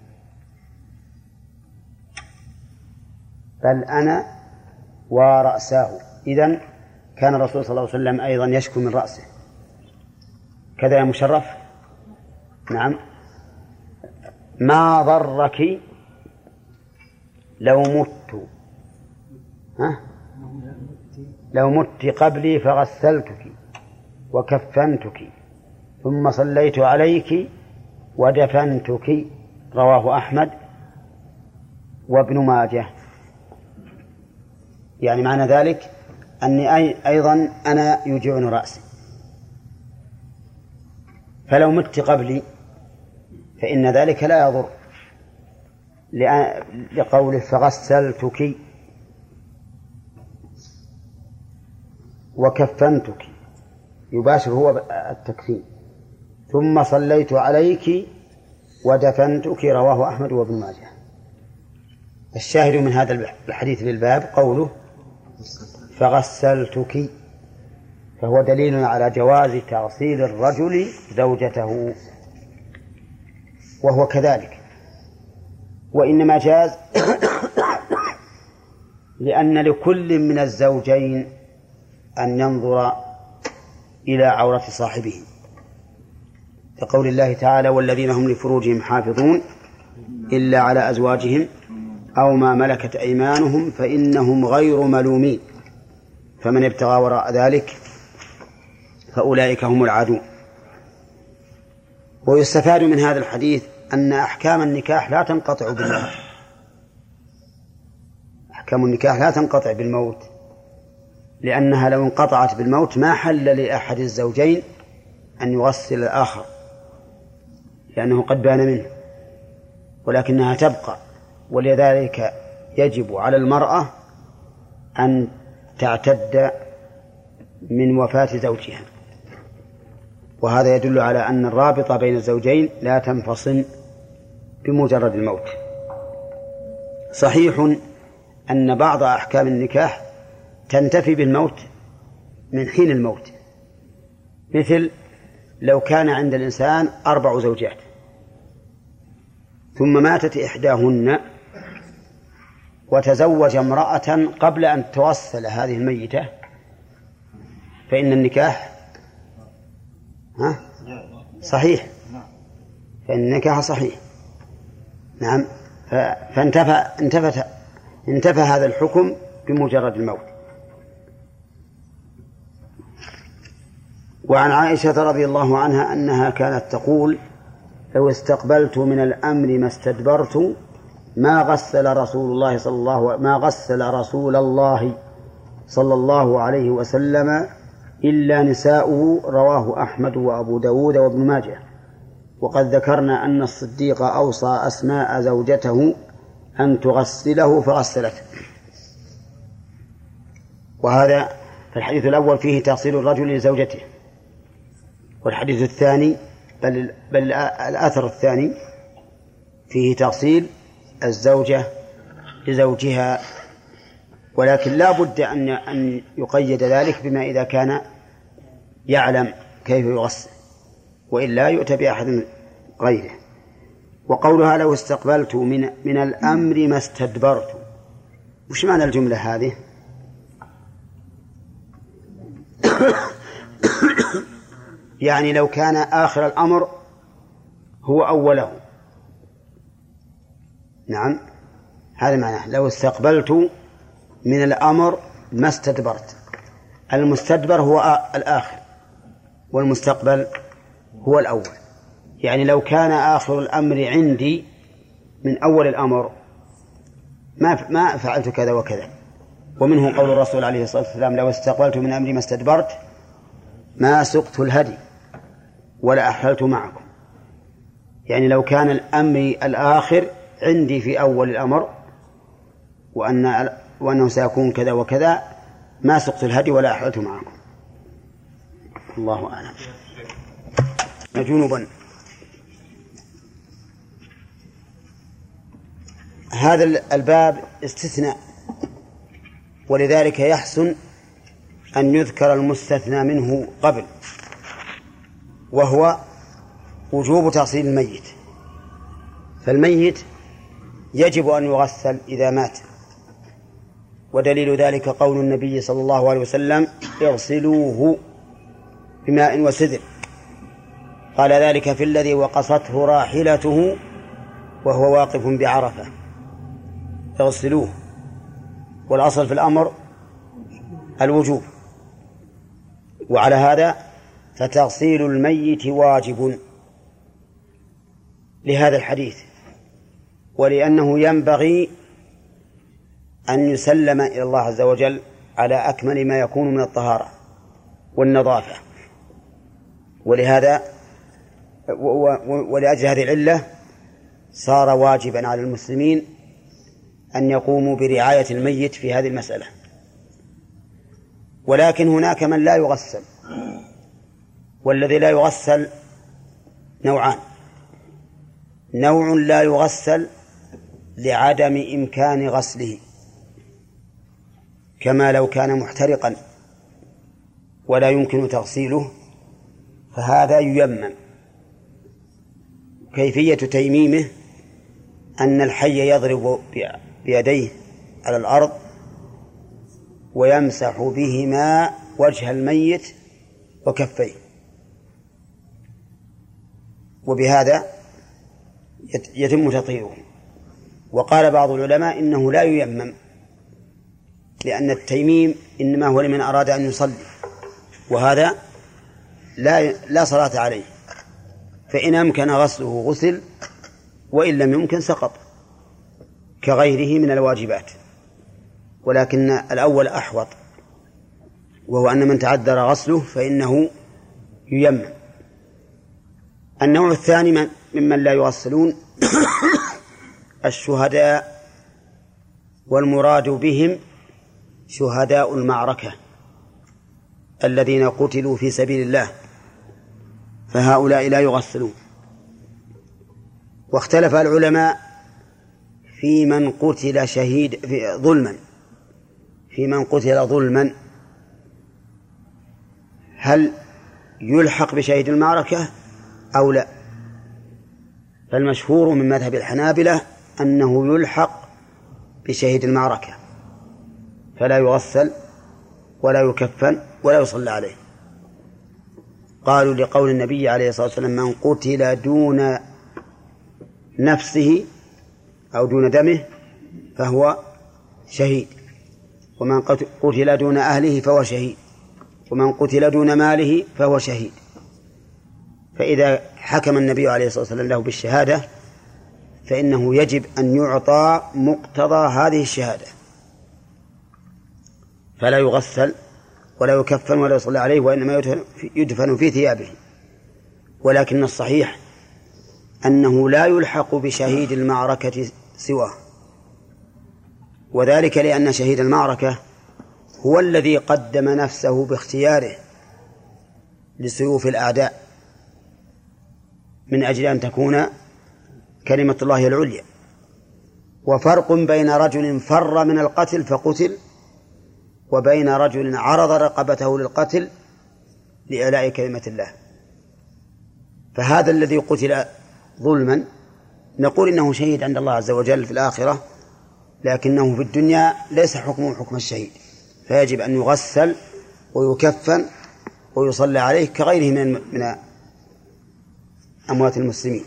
بل أنا ورأساه. إذن كان الرسول صلى الله عليه وسلم أيضا يشكو من رأسه. كذا يا مشرف؟ نعم. ما ضرك لو مت، لو مت قبلي فغسلتك وكفنتك ثم صليت عليك ودفنتك. رواه أحمد وابن ماجه. يعني معنى ذلك أني أيضا أنا يوجعني رأسي، فلو مت قبلي فإن ذلك لا يضر، لقوله فغسلتك وكفنتك، يباشر هو التكفين، ثم صليت عليك ودفنتك. رواه أحمد وابن ماجه. الشاهد من هذا الحديث للباب قوله فغسلتك، فهو دليل على جواز تغسيل الرجل زوجته، وهو كذلك. وإنما جاز لأن لكل من الزوجين أن ينظر إلى عورة صاحبه، كقول الله تعالى: والذين هم لفروجهم حافظون إلا على أزواجهم أو ما ملكت أيمانهم فإنهم غير ملومين فمن ابتغى وراء ذلك فأولئك هم العادون. ويستفاد من هذا الحديث أن أحكام النكاح لا تنقطع بالموت. أحكام النكاح لا تنقطع بالموت، لأنها لو انقطعت بالموت ما حل لأحد الزوجين أن يغسل الآخر، لأنه قد بان منه، ولكنها تبقى. ولذلك يجب على المرأة أن تعتد من وفاة زوجها، وهذا يدل على أن الرابطة بين الزوجين لا تنفصل بمجرد الموت. صحيح أن بعض أحكام النكاح تنتفي بالموت من حين الموت، مثل لو كان عند الإنسان 4 زوجات ثم ماتت إحداهن وتزوج امرأة قبل أن توصل هذه الميتة، فإن النكاح صحيح، فإن النكاح صحيح. نعم. انتفى هذا الحكم بمجرد الموت. وعن عائشة رضي الله عنها أنها كانت تقول: لو استقبلت من الأمر ما استدبرت ما غسل رسول الله صلى الله عليه وسلم إلا نساؤه. رواه أحمد وأبو داود وابن ماجه. وقد ذكرنا أن الصديق أوصى أسماء زوجته أن تغسله فغسلته. وهذا في الحديث الأول فيه تغسيل الرجل لزوجته، والحديث الثاني بل الأثر الثاني فيه تغسيل الزوجة لزوجها، ولكن لا بد أن يقيد ذلك بما إذا كان يعلم كيف يغسل، وإلا يؤتى بأحد غيره. وقولها: لو استقبلت من الأمر ما استدبرت، وش معنى الجملة هذه؟ يعني لو كان آخر الأمر هو أوله. نعم، هذا معناه. لو استقبلت من الأمر ما استدبرت. المستدبر هو الآخر، والمستقبل هو الأول. يعني لو كان آخر الأمر عندي من أول الأمر ما فعلت كذا وكذا. ومنه قول الرسول عليه الصلاة والسلام: لو استقبلت من أمري ما استدبرت ما سقت الهدي ولا أحللت معكم. يعني لو كان الأمر الآخر عندي في أول الأمر وأنه سيكون كذا وكذا ما سقت الهدي ولا أحللت معكم. الله أعلم. جنوبا. هذا الباب استثناء، ولذلك يحسن أن يذكر المستثنى منه قبل، وهو وجوب تغسيل الميت. فالميت يجب أن يغسل إذا مات، ودليل ذلك قول النبي صلى الله عليه وسلم: اغسلوه بماء وسدر. قال ذلك في الذي وقصته راحلته وهو واقف بعرفة، اغسلوه. والأصل في الأمر الوجوب، وعلى هذا فتغسيل الميت واجب لهذا الحديث، ولأنه ينبغي أن يسلم إلى الله عز وجل على أكمل ما يكون من الطهارة والنظافة. ولأجل هذه العلة صار واجبا على المسلمين أن يقوموا برعاية الميت في هذه المسألة. ولكن هناك من لا يغسل، والذي لا يغسل نوعان: نوع لا يغسل لعدم إمكان غسله، كما لو كان محترقا ولا يمكن تغسيله، فهذا ييمم. كيفية تيميمه أن الحي يضرب بيديه على الأرض ويمسح بهما وجه الميت وكفيه، وبهذا يتم تطهيره. وقال بعض العلماء إنه لا ييمم، لأن التيميم إنما هو لمن أراد أن يصلي، وهذا لا صلاة عليه، فإن أمكن غسله غسل، وإن لم يمكن سقط كغيره من الواجبات. ولكن الأول أحوط، وهو أن من تعذر غسله فإنه ييمم. النوع الثاني ممن لا يغسلون الشهداء، والمراد بهم شهداء المعركة الذين قتلوا في سبيل الله، فهؤلاء لا يغسلون. واختلف العلماء في من قتل ظلما، هل يلحق بشهيد المعركة أو لا؟ فالمشهور من مذهب الحنابلة أنه يلحق بشهيد المعركة، فلا يغسل ولا يكفن ولا يصلى عليه. قالوا لقول النبي عليه الصلاة والسلام من قتل دون نفسه أو دون دمه فهو شهيد، ومن قتل دون أهله فهو شهيد، ومن قتل دون ماله فهو شهيد. فإذا حكم النبي عليه الصلاة والسلام له بالشهادة فإنه يجب أن يعطى مقتضى هذه الشهادة، فلا يغسل ولا يكفن ولا يصلى عليه، وإنما يدفن في ثيابه. ولكن الصحيح أنه لا يلحق بشهيد المعركة سواه، وذلك لأن شهيد المعركة هو الذي قدم نفسه باختياره لسيوف الأعداء من أجل أن تكون كلمة الله العليا. وفرق بين رجل فر من القتل فقتل وبين رجل عرض رقبته للقتل لإعلاء كلمة الله. فهذا الذي قتل ظلما نقول إنه شهيد عند الله عز وجل في الآخرة، لكنه في الدنيا ليس حكمه حكم الشهيد، فيجب أن يغسل ويكفن ويصلى عليه كغيره من أموات المسلمين.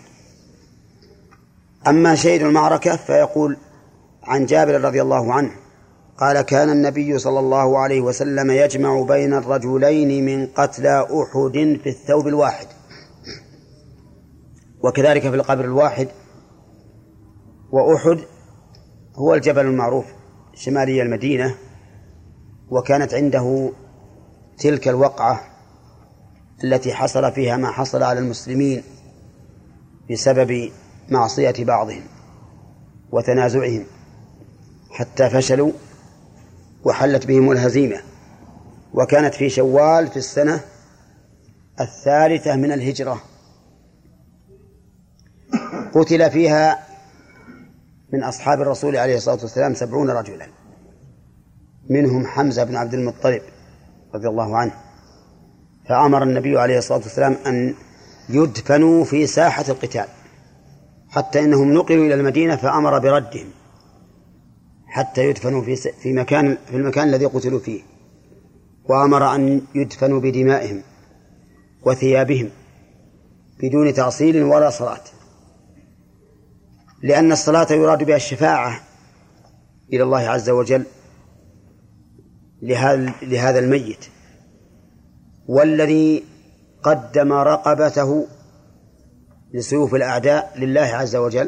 أما شهيد المعركة فيقول عن جابر رضي الله عنه قال كان النبي صلى الله عليه وسلم يجمع بين الرجلين من قتلى أحد في الثوب الواحد، وكذلك في القبر الواحد. وأحد هو الجبل المعروف شمالي المدينة، وكانت عنده تلك الوقعة التي حصل فيها ما حصل على المسلمين بسبب معصية بعضهم وتنازعهم حتى فشلوا وحلت بهم الهزيمة، وكانت في شوال في السنة 3 من الهجرة. قتل فيها من أصحاب الرسول عليه الصلاة والسلام 70 رجلا، منهم حمزة بن عبد المطلب رضي الله عنه، فأمر النبي عليه الصلاة والسلام أن يدفنوا في ساحة القتال، حتى إنهم نقلوا إلى المدينة فأمر بردهم حتى يدفنوا في المكان الذي قتلوا فيه، وأمر أن يدفنوا بدمائهم وثيابهم بدون تعصيل ولا صلاة، لأن الصلاة يراد بها الشفاعة إلى الله عز وجل لهذا الميت. والذي قدم رقبته لسيوف الأعداء لله عز وجل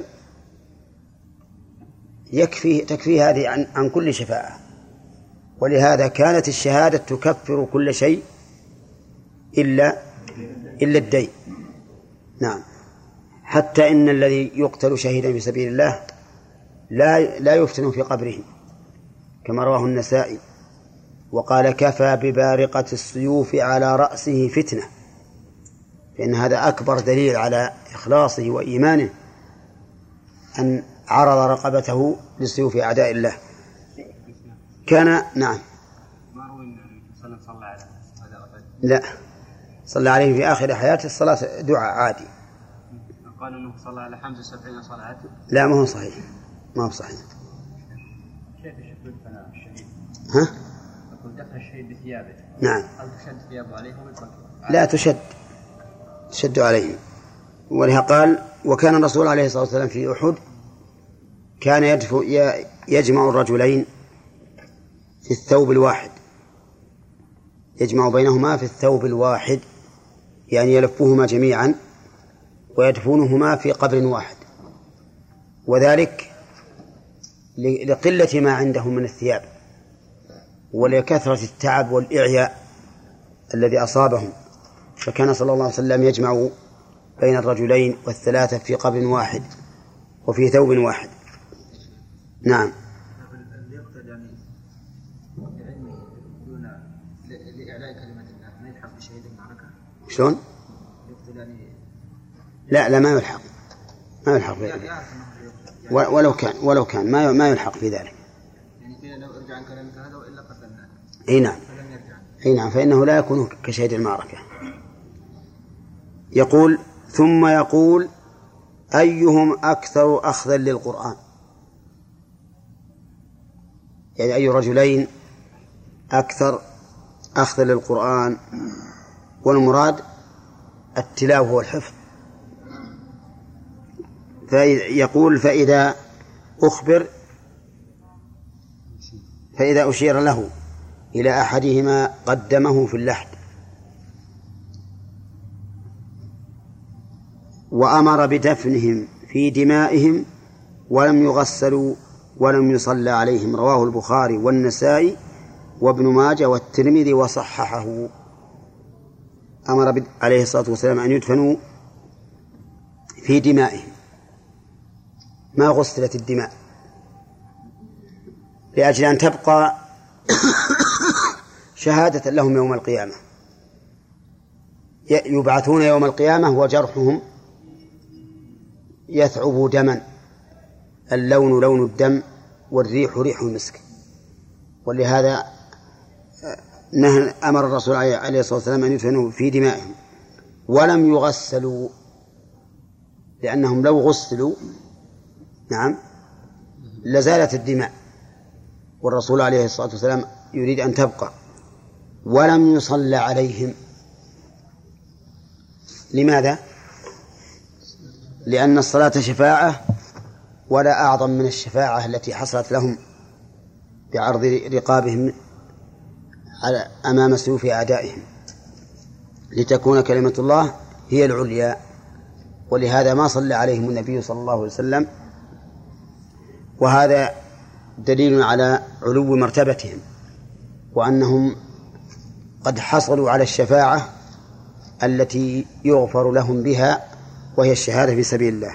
تكفي هذه عن كل شفاعة، ولهذا كانت الشهادة تكفر كل شيء إلا الدين. نعم، حتى إن الذي يقتل شهيدا في سبيل الله لا يفتن في قبره كما رواه النسائي، وقال كفى ببارقة السيوف على رأسه فتنة، فإن هذا أكبر دليل على إخلاصه وإيمانه أن عرض رقبته لسيوف أعداء الله. كان نعم لا صلى عليه في آخر حياته الصلاة دعاء عادي. قالوا أنه صلى على حمزة 70 صلاة. لا، ما هو صحيح، ما هو صحيح. كيف يشبه الشهيد؟ ها؟ يقول دفن الشهيد بثيابه. نعم. هل تشد ثيابه عليه ويترك؟ لا تشد عليه. ولها قال وكان الرسول عليه الصلاة والسلام في أحد كان يجمع الرجلين في الثوب الواحد، يجمع بينهما في الثوب الواحد، يعني يلفهما جميعا ويدفنهما في قبر واحد، وذلك لقلة ما عندهم من الثياب ولكثرة التعب والإعياء الذي أصابهم، فكان صلى الله عليه وسلم يجمع بين الرجلين والثلاثة في قبر واحد وفي ثوب واحد. نعم. يقتل يعني دون لإعلاء كلمة الله ما يلحق بشهيد المعركة. شلون؟ يقتل يعني لا ما يلحق ولو كان ما يلحق في ذلك. يعني لو ارجع عن كلامك هذا وإلا قتلناه. اي نعم فإنه لا يكون كشهيد المعركة. يقول ثم يقول أيهم أكثر أخذا للقرآن، يعني أي رجلين أكثر أخذا للقرآن، والمراد التلاوة والحفظ. فيقول فإذا أشير له إلى أحدهما قدمه في اللحد، وأمر بدفنهم في دمائهم ولم يغسلوا ولم يصلى عليهم. رواه البخاري والنسائي وابن ماجه والترمذي وصححه. أمر عليه الصلاة والسلام أن يدفنوا في دمائهم، ما غسلت الدماء، لأجل أن تبقى شهادة لهم يوم القيامة. يبعثون يوم القيامة وجرحهم يثعب دما، اللون لون الدم والريح ريح المسك. ولهذا أمر الرسول عليه الصلاة والسلام أن يدفنوا في دمائهم ولم يغسلوا، لأنهم لو غسلوا لزالت الدماء، والرسول عليه الصلاة والسلام يريد أن تبقى. ولم يصلى عليهم. لماذا؟ لأن الصلاة شفاعة، ولا أعظم من الشفاعة التي حصلت لهم بعرض رقابهم أمام سيوف أعدائهم، لتكون كلمة الله هي العليا. ولهذا ما صلى عليهم النبي صلى الله عليه وسلم، وهذا دليل على علو مرتبتهم، وأنهم قد حصلوا على الشفاعة التي يغفر لهم بها، وهي الشهادة في سبيل الله.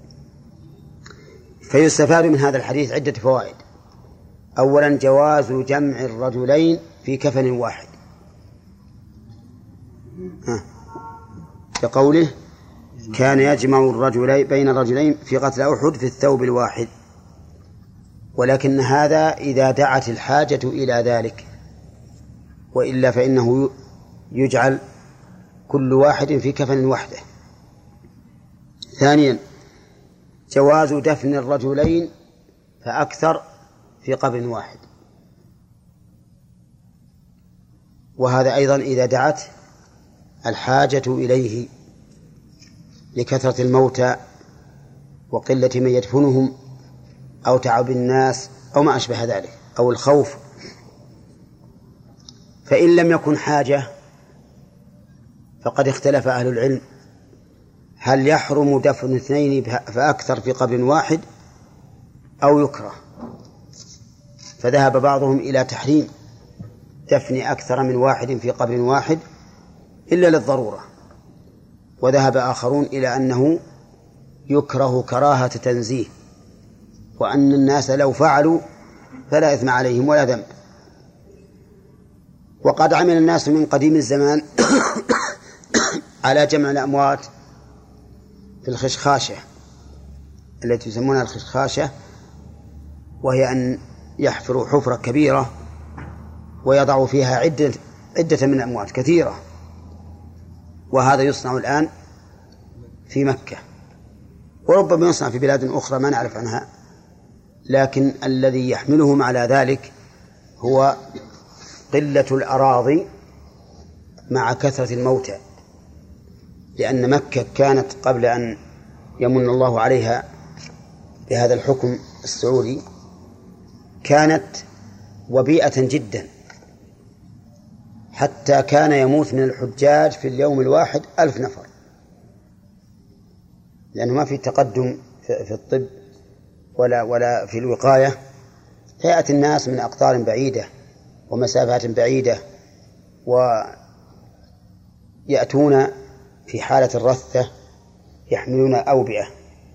فيستفاد من هذا الحديث عدة فوائد. أولا جواز جمع الرجلين في كفن واحد، كقوله كان يجمع الرجلين بين الرجلين في قتل أحد في الثوب الواحد، ولكن هذا إذا دعت الحاجة إلى ذلك، وإلا فإنه يجعل كل واحد في كفن وحده. ثانيا جواز دفن الرجلين فأكثر في قبر واحد، وهذا أيضا إذا دعت الحاجة إليه لكثرة الموتى وقلة من يدفنهم أو تعب الناس أو ما أشبه ذلك أو الخوف. فإن لم يكن حاجة فقد اختلف أهل العلم هل يحرم دفن اثنين فأكثر في قبر واحد أو يكره. فذهب بعضهم إلى تحريم دفن أكثر من واحد في قبر واحد إلا للضرورة، وذهب آخرون إلى أنه يكره كراهة تنزيه، وأن الناس لو فعلوا فلا إثم عليهم ولا ذنب. وقد عمل الناس من قديم الزمان على جمع الأموات في الخشخاشة التي يسمونها الخشخاشة، وهي أن يحفروا حفرة كبيرة ويضعوا فيها عدة من الأموات كثيرة، وهذا يصنع الآن في مكة، وربما يصنع في بلاد أخرى ما نعرف عنها. لكن الذي يحملهم على ذلك هو قلة الأراضي مع كثرة الموتى، لأن مكة كانت قبل أن يمن الله عليها بهذا الحكم السعودي كانت وبيئة جدا، حتى كان يموت من الحجاج في اليوم الواحد 1000 نفر، لأنه ما في تقدم في الطب ولا في الوقاية، فيأتي الناس من أقطار بعيدة ومسافات بعيدة ويأتون في حالة الرثة يحملون أوبئة،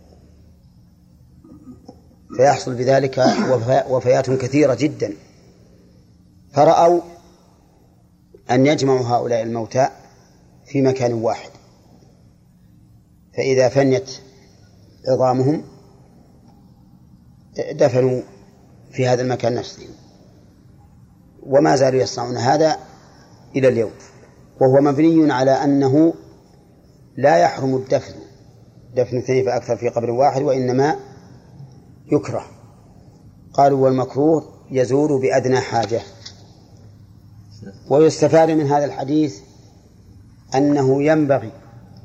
فيحصل بذلك وفيات كثيرة جدا. فرأوا أن يجمعوا هؤلاء الموتى في مكان واحد، فإذا فنيت عظامهم دفنوا في هذا المكان نفسه، وما زالوا يصنعون هذا إلى اليوم، وهو مبني على أنه لا يحرم دفن اثنين فأكثر في قبر واحد، وإنما يكره. قالوا والمكروه يزول بأدنى حاجة. ويستفاد من هذا الحديث أنه ينبغي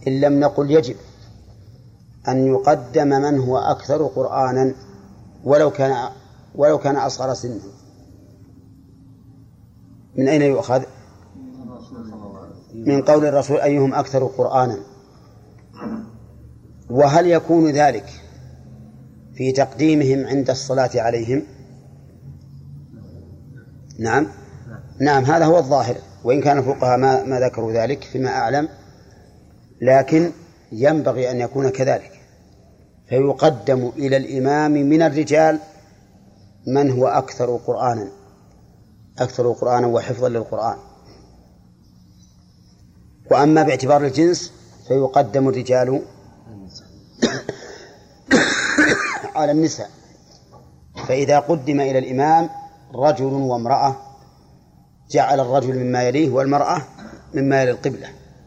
إن لم نقل يجب أن يقدم من هو أكثر قرآنا ولو كان أصغر سنا. من أين يؤخذ؟ من قول الرسول أيهم أكثر قرآنا. وهل يكون ذلك في تقديمهم عند الصلاة عليهم؟ نعم هذا هو الظاهر، وإن كان الفقهاء ما ذكروا ذلك فيما أعلم، لكن ينبغي أن يكون كذلك، فيقدم إلى الإمام من الرجال من هو أكثر قرآنا وحفظا للقرآن. وأما باعتبار الجنس فيقدم الرجال على النساء. فإذا قدم إلى الإمام رجل وامرأة جعل الرجل مما يليه والمرأة مما يلي القبلة.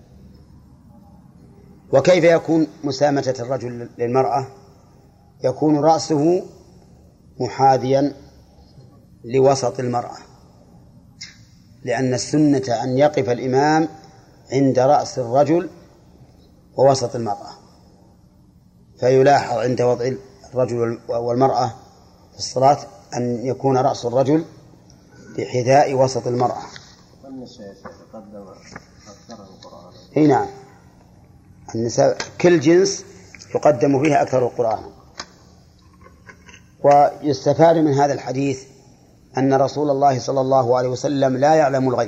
وكيف يكون مسامة الرجل للمرأة؟ يكون رأسه محاذيا لوسط المرأة، لأن السنة أن يقف الإمام عند رأس الرجل ووسط المرأة، فيلاحظ عند وضع الرجل والمرأة في الصلاة أن يكون رأس الرجل بحذاء وسط المرأة. هنا نعم، النساء كل جنس يقدم فيها أكثر القرآن. ويستفاد من هذا الحديث أن رسول الله صلى الله عليه وسلم لا يعلم الغيب.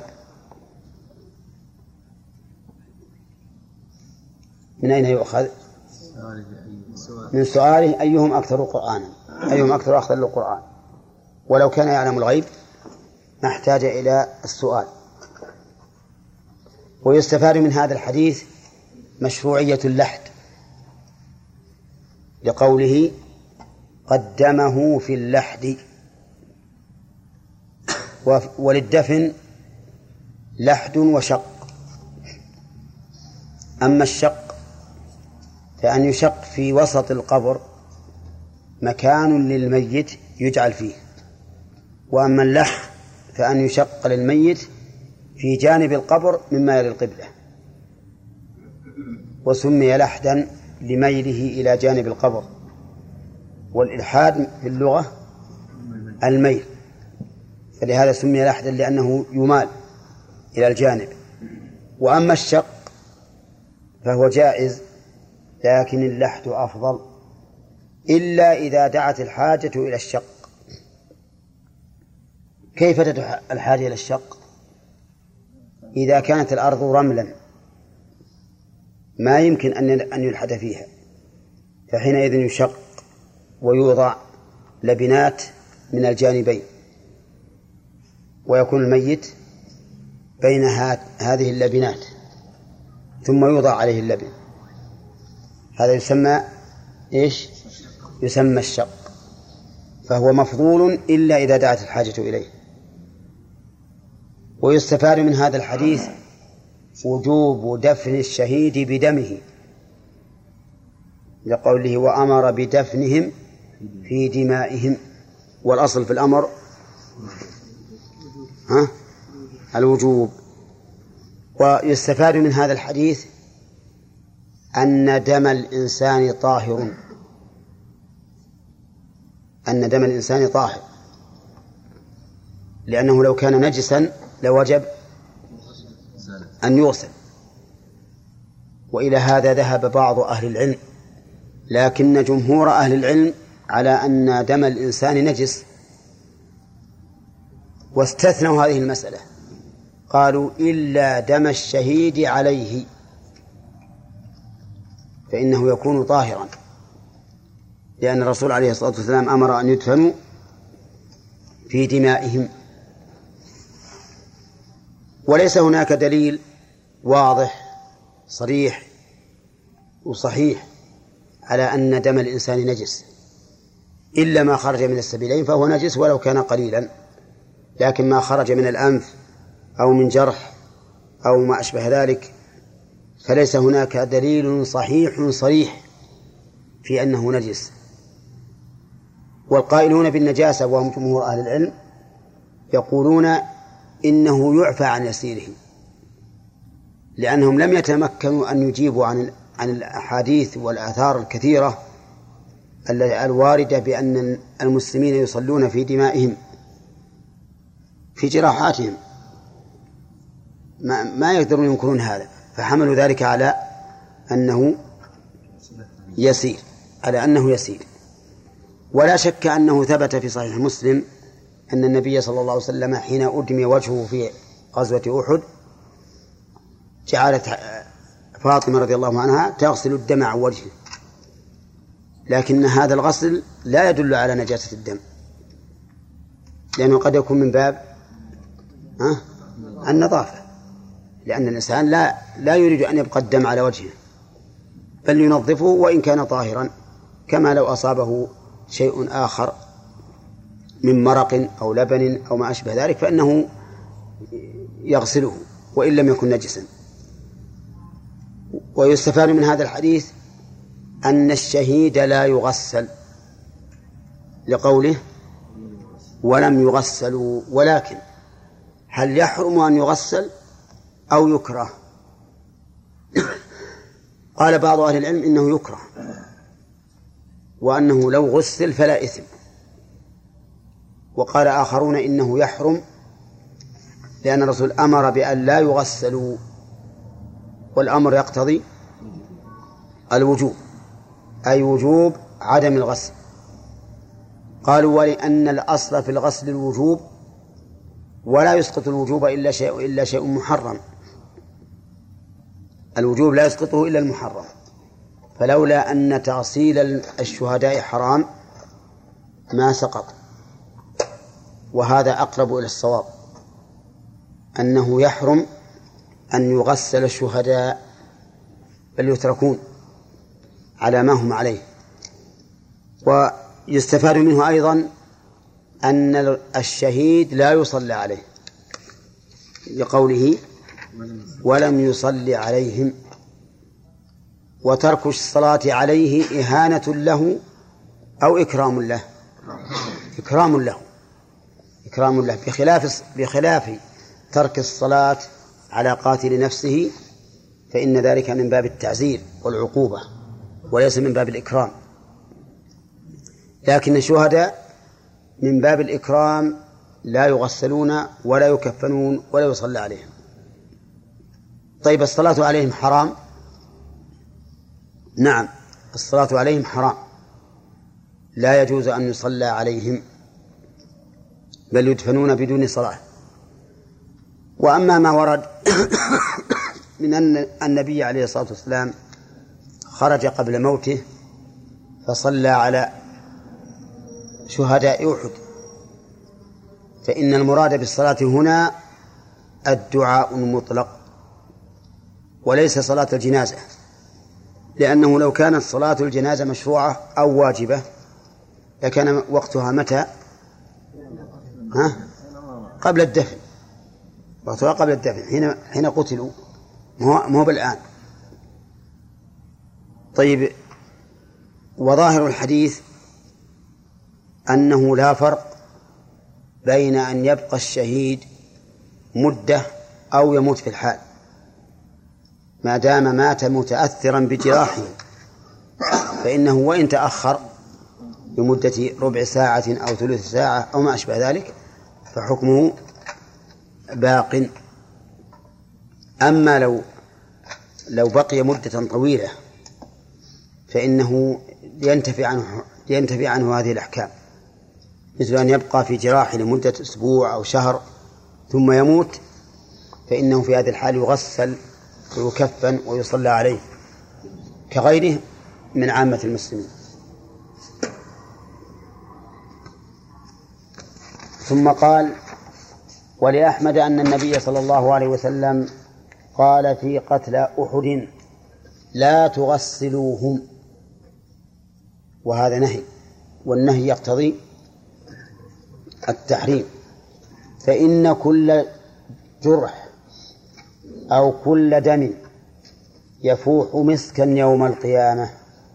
من أين يؤخذ؟ من سؤاله أيهم أكثر قرآنا، أيهم أكثر أخذا للقرآن. ولو كان يعلم الغيب ما احتاج إلى السؤال. ويستفاد من هذا الحديث مشروعية اللحد، لقوله قدمه في اللحد. وللدفن لحد وشق. أما الشق فأن يشق في وسط القبر مكان للميت يجعل فيه، وأما اللحد فأن يشق للميت في جانب القبر مما يلي القبلة، وسمي لحدا لميله إلى جانب القبر. والإلحاد في اللغة الميل، فلهذا سمي لحدا لأنه يمال إلى الجانب. وأما الشق فهو جائز، لكن اللحد أفضل إلا إذا دعت الحاجة إلى الشق. كيف تدعو الحاجة إلى الشق؟ إذا كانت الأرض رملا ما يمكن أن يلحد فيها، فحينئذ يشق ويوضع لبنات من الجانبين، ويكون الميت بين هذه اللبنات ثم يوضع عليه اللبن. هذا يسمى إيش؟ يسمى الشق، فهو مفضول إلا إذا دعت الحاجة إليه. ويستفاد من هذا الحديث وجوب دفن الشهيد بدمه، لقوله وأمر بدفنهم في دمائهم، والأصل في الأمر الوجوب. ويستفاد من هذا الحديث أن دم الإنسان طاهر، أن دم الإنسان طاهر، لأنه لو كان نجسا لوجب أن يغسل. وإلى هذا ذهب بعض أهل العلم، لكن جمهور أهل العلم على أن دم الإنسان نجس، واستثنوا هذه المسألة، قالوا إلا دم الشهيد عليه فإنه يكون طاهرا، لأن الرسول عليه الصلاة والسلام أمر أن يدفنوا في دمائهم. وليس هناك دليل واضح صريح وصحيح على أن دم الإنسان نجس، إلا ما خرج من السبيلين فهو نجس ولو كان قليلا، لكن ما خرج من الأنف أو من جرح أو ما أشبه ذلك فليس هناك دليل صحيح صريح في أنه نجس. والقائلون بالنجاسة وهم جمهور أهل العلم يقولون إنه يعفى عن يسيره، لأنهم لم يتمكنوا أن يجيبوا عن الأحاديث والآثار الكثيرة الواردة بأن المسلمين يصلون في دمائهم في جراحاتهم، ما يقدرون ينكرون هذا، فحملوا ذلك على أنه يسير، ولا شك أنه ثبت في صحيح مسلم أن النبي صلى الله عليه وسلم حين أدمي وجهه في غزوة أحد جعلت فاطمة رضي الله عنها تغسل الدم عن وجهه، لكن هذا الغسل لا يدل على نجاسة الدم، لأنه قد يكون من باب النظافة، لأن الإنسان لا يريد أن يبقى الدم على وجهه، بل ينظفه وإن كان طاهرا، كما لو أصابه شيء آخر من مرق أو لبن أو ما أشبه ذلك فإنه يغسله وإن لم يكن نجسا. ويستفاد من هذا الحديث أن الشهيد لا يغسل لقوله ولم يغسلوا، ولكن هل يحرم أن يغسل أو يكره؟ قال بعض أهل العلم إنه يكره، وأنه لو غسل فلا إثم، وقال آخرون إنه يحرم لأن الرسول أمر بأن لا يغسلوا، والأمر يقتضي الوجوب، أي وجوب عدم الغسل. قالوا ولأن الأصل في الغسل الوجوب، ولا يسقط الوجوب إلا شيء محرم، الوجوب لا يسقطه إلا المحرم، فلولا أن تغسيل الشهداء حرام ما سقط. وهذا أقرب إلى الصواب، أنه يحرم أن يغسل الشهداء بل يتركون على ما هم عليه. ويستفاد منه أيضا أن الشهيد لا يصلى عليه لقوله ولم يصلي عليهم، وترك الصلاة عليه إهانة له أو إكرام له، بخلاف ترك الصلاة على قاتل نفسه، فإن ذلك من باب التعزير والعقوبة وليس من باب الإكرام. لكن الشهداء من باب الإكرام لا يغسلون ولا يكفنون ولا يصلى عليهم. طيب الصلاة عليهم حرام؟ نعم، الصلاة عليهم حرام، لا يجوز أن يصلى عليهم، بل يدفنون بدون صلاة. وأما ما ورد من أن النبي عليه الصلاة والسلام خرج قبل موته فصلى على شهداء أحد، فإن المراد بالصلاة هنا الدعاء المطلق وليس صلاة الجنازة، لأنه لو كانت صلاة الجنازة مشروعة أو واجبة لكان وقتها متى؟ قبل الدفن، وقتها قبل الدفن حين قتلوا، ما هو بالآن. طيب، وظاهر الحديث أنه لا فرق بين أن يبقى الشهيد مدة أو يموت في الحال، ما دام مات متأثرا بجراحه فإنه وإن تأخر بمدة ربع ساعة أو ثلث ساعة أو ما أشبه ذلك فحكمه باق. أما لو بقي مدة طويلة فإنه ينتفي عنه هذه الأحكام، مثل أن يبقى في جراحه لمدة أسبوع أو شهر ثم يموت، فإنه في هذه الحال يغسل ويكفن ويصلى عليه كغيره من عامة المسلمين. ثم قال: ولأحمد أن النبي صلى الله عليه وسلم قال في قتلى أحد: لا تغسلوهم. وهذا نهي، والنهي يقتضي التحريم، فإن كل جرح أو كل دم يفوح مسكا يوم القيامة.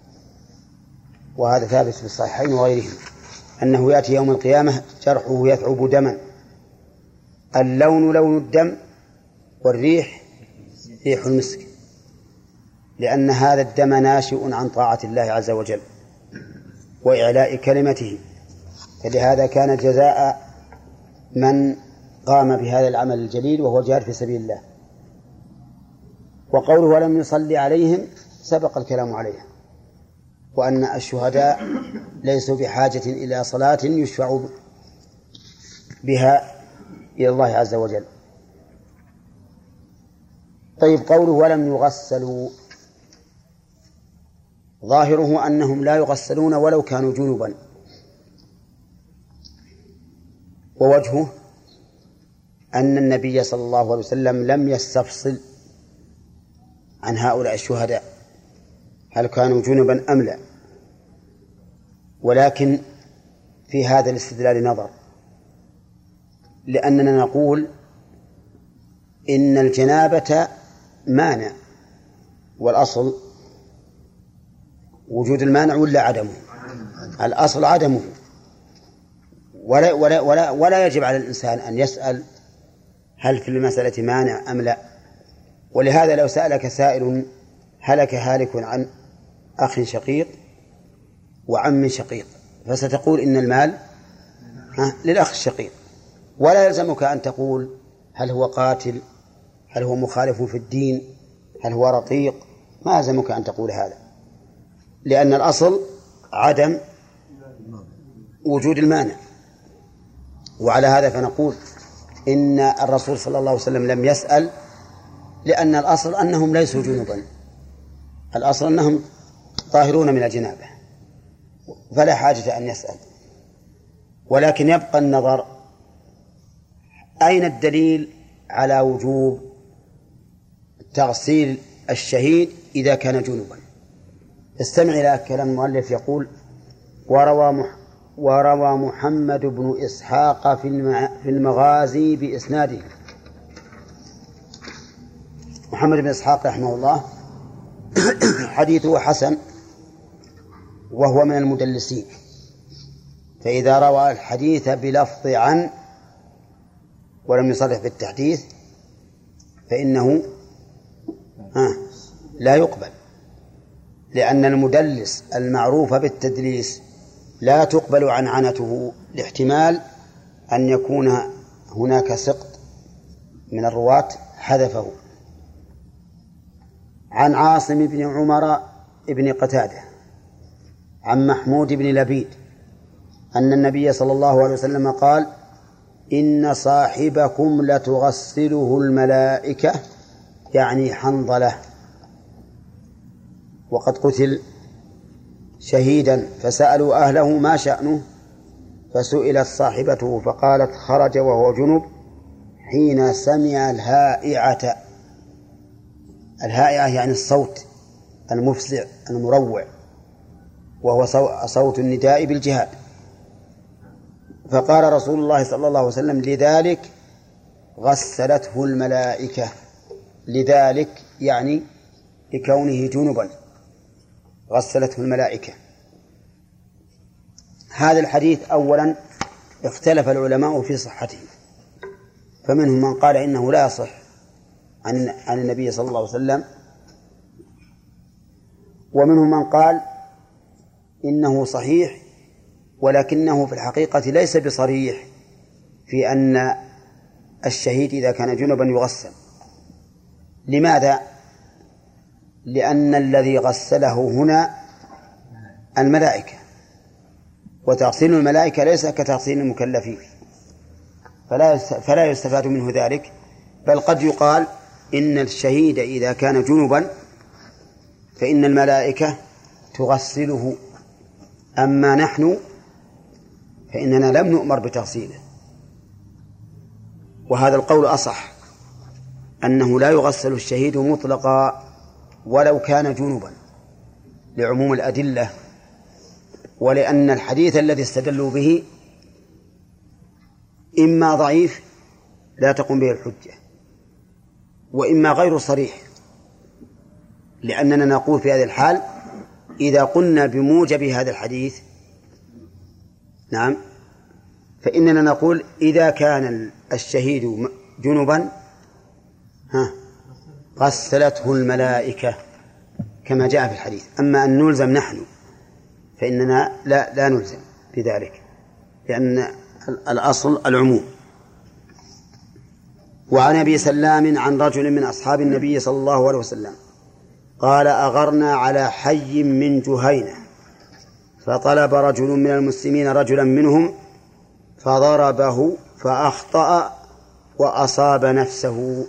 وهذا ثابت في الصحيحين وغيرهم أنه يأتي يوم القيامة جرحه يثعب دما، اللون لون الدم والريح ريح المسك، لأن هذا الدم ناشئ عن طاعة الله عز وجل وإعلاء كلمته، فلهذا كان جزاء من قام بهذا العمل الجليل وهو الجهاد في سبيل الله. وقوله ولم يصلي عليهم سبق الكلام عليها، وأن الشهداء ليسوا بحاجة إلى صلاة يشفع بها إلى الله عز وجل. طيب، قوله ولم يغسلوا، ظاهره أنهم لا يغسلون ولو كانوا جنبا، ووجهه أن النبي صلى الله عليه وسلم لم يستفصل عن هؤلاء الشهداء هل كانوا جنبا أم لا، ولكن في هذا الاستدلال نظر، لأننا نقول إن الجنابة مانع، والأصل وجود المانع ولا عدمه؟ الأصل عدمه، ولا يجب على الإنسان أن يسأل هل في المسألة مانع أم لا. ولهذا لو سألك سائل هلك هالك عن أخ شقيق وعم شقيق، فستقول إن المال للأخ الشقيق، ولا يلزمك أن تقول هل هو قاتل، هل هو مخالف في الدين، هل هو رقيق، ما يلزمك أن تقول هذا، لأن الأصل عدم وجود المانع. وعلى هذا فنقول إن الرسول صلى الله عليه وسلم لم يسأل، لأن الأصل أنهم ليسوا جنبا، الأصل أنهم طاهرون من الجنابة، فلا حاجة أن يسأل. ولكن يبقى النظر أين الدليل على وجوب تغسيل الشهيد إذا كان جنبا. استمع إلى كلام المؤلف يقول وروى محمد بن إسحاق في المغازي بإسناده. محمد بن إسحاق رحمه الله حديثه حسن، وهو من المدلسين، فإذا روى الحديث بلفظ عن ولم يصرح بالتحديث فإنه لا يقبل، لأن المدلس المعروف بالتدليس لا تقبل عنعنته لاحتمال أن يكون هناك سقط من الرواة حذفه. عن عاصم بن عمر بن قتادة عن محمود بن لبيد أن النبي صلى الله عليه وسلم قال إن صاحبكم لتغسله الملائكة، يعني حنظلة، وقد قتل شهيدا، فسألوا أهله ما شأنه، فسئلت صاحبته فقالت خرج وهو جنب حين سمع الهائعة. الهائعة يعني الصوت المفزع المروع، وهو صوت النداء بالجهاد. فقال رسول الله صلى الله عليه وسلم لذلك غسلته الملائكة، لذلك يعني لكونه جنبا غسلته الملائكة. هذا الحديث أولا اختلف العلماء في صحته، فمنهم من قال إنه لا يصح عن النبي صلى الله عليه وسلم، ومنهم من قال إنه صحيح ولكنه في الحقيقة ليس بصريح في أن الشهيد إذا كان جنبا يغسل. لماذا؟ لأن الذي غسله هنا الملائكة، وتغسيل الملائكة ليس كتغسيل المكلفين، فلا يستفاد منه ذلك، بل قد يقال إن الشهيد إذا كان جنبا فإن الملائكة تغسله، أما نحن فإننا لم نؤمر بتغسيله. وهذا القول أصح، أنه لا يغسل الشهيد مطلقا ولو كان جنبا، لعموم الأدلة، ولأن الحديث الذي استدلوا به إما ضعيف لا تقوم به الحجة، وإما غير صريح، لأننا نقول في هذه الحال إذا قلنا بموجب هذا الحديث فإننا نقول إذا كان الشهيد جنبا غسلته الملائكة كما جاء في الحديث. أما أن نلزم نحن فإننا لا نلزم بذلك، لأن الأصل العموم. وعن أبي سلام عن رجل من أصحاب النبي صلى الله عليه وسلم قال: أغرنا على حي من جهينة، فطلب رجل من المسلمين رجلا منهم فضربه فأخطأ وأصاب نفسه.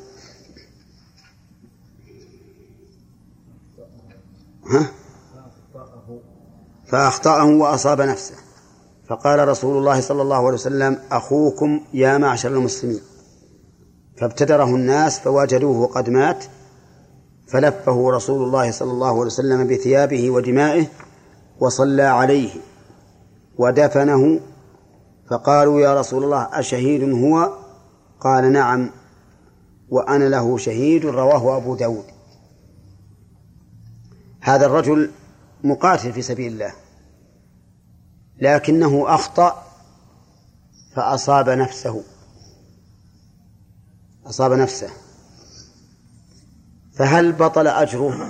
فأخطأه وأصاب نفسه، فقال رسول الله صلى الله عليه وسلم: أخوكم يا معشر المسلمين. فابتدره الناس فوجدوه قد مات، فلفه رسول الله صلى الله عليه وسلم بثيابه ودمائه وصلى عليه ودفنه. فقالوا: يا رسول الله أشهيد هو؟ قال: نعم، وأنا له شهيد. رواه أبو داود. هذا الرجل مقاتل في سبيل الله، لكنه أخطأ فأصاب نفسه، فهل بطل أجره؟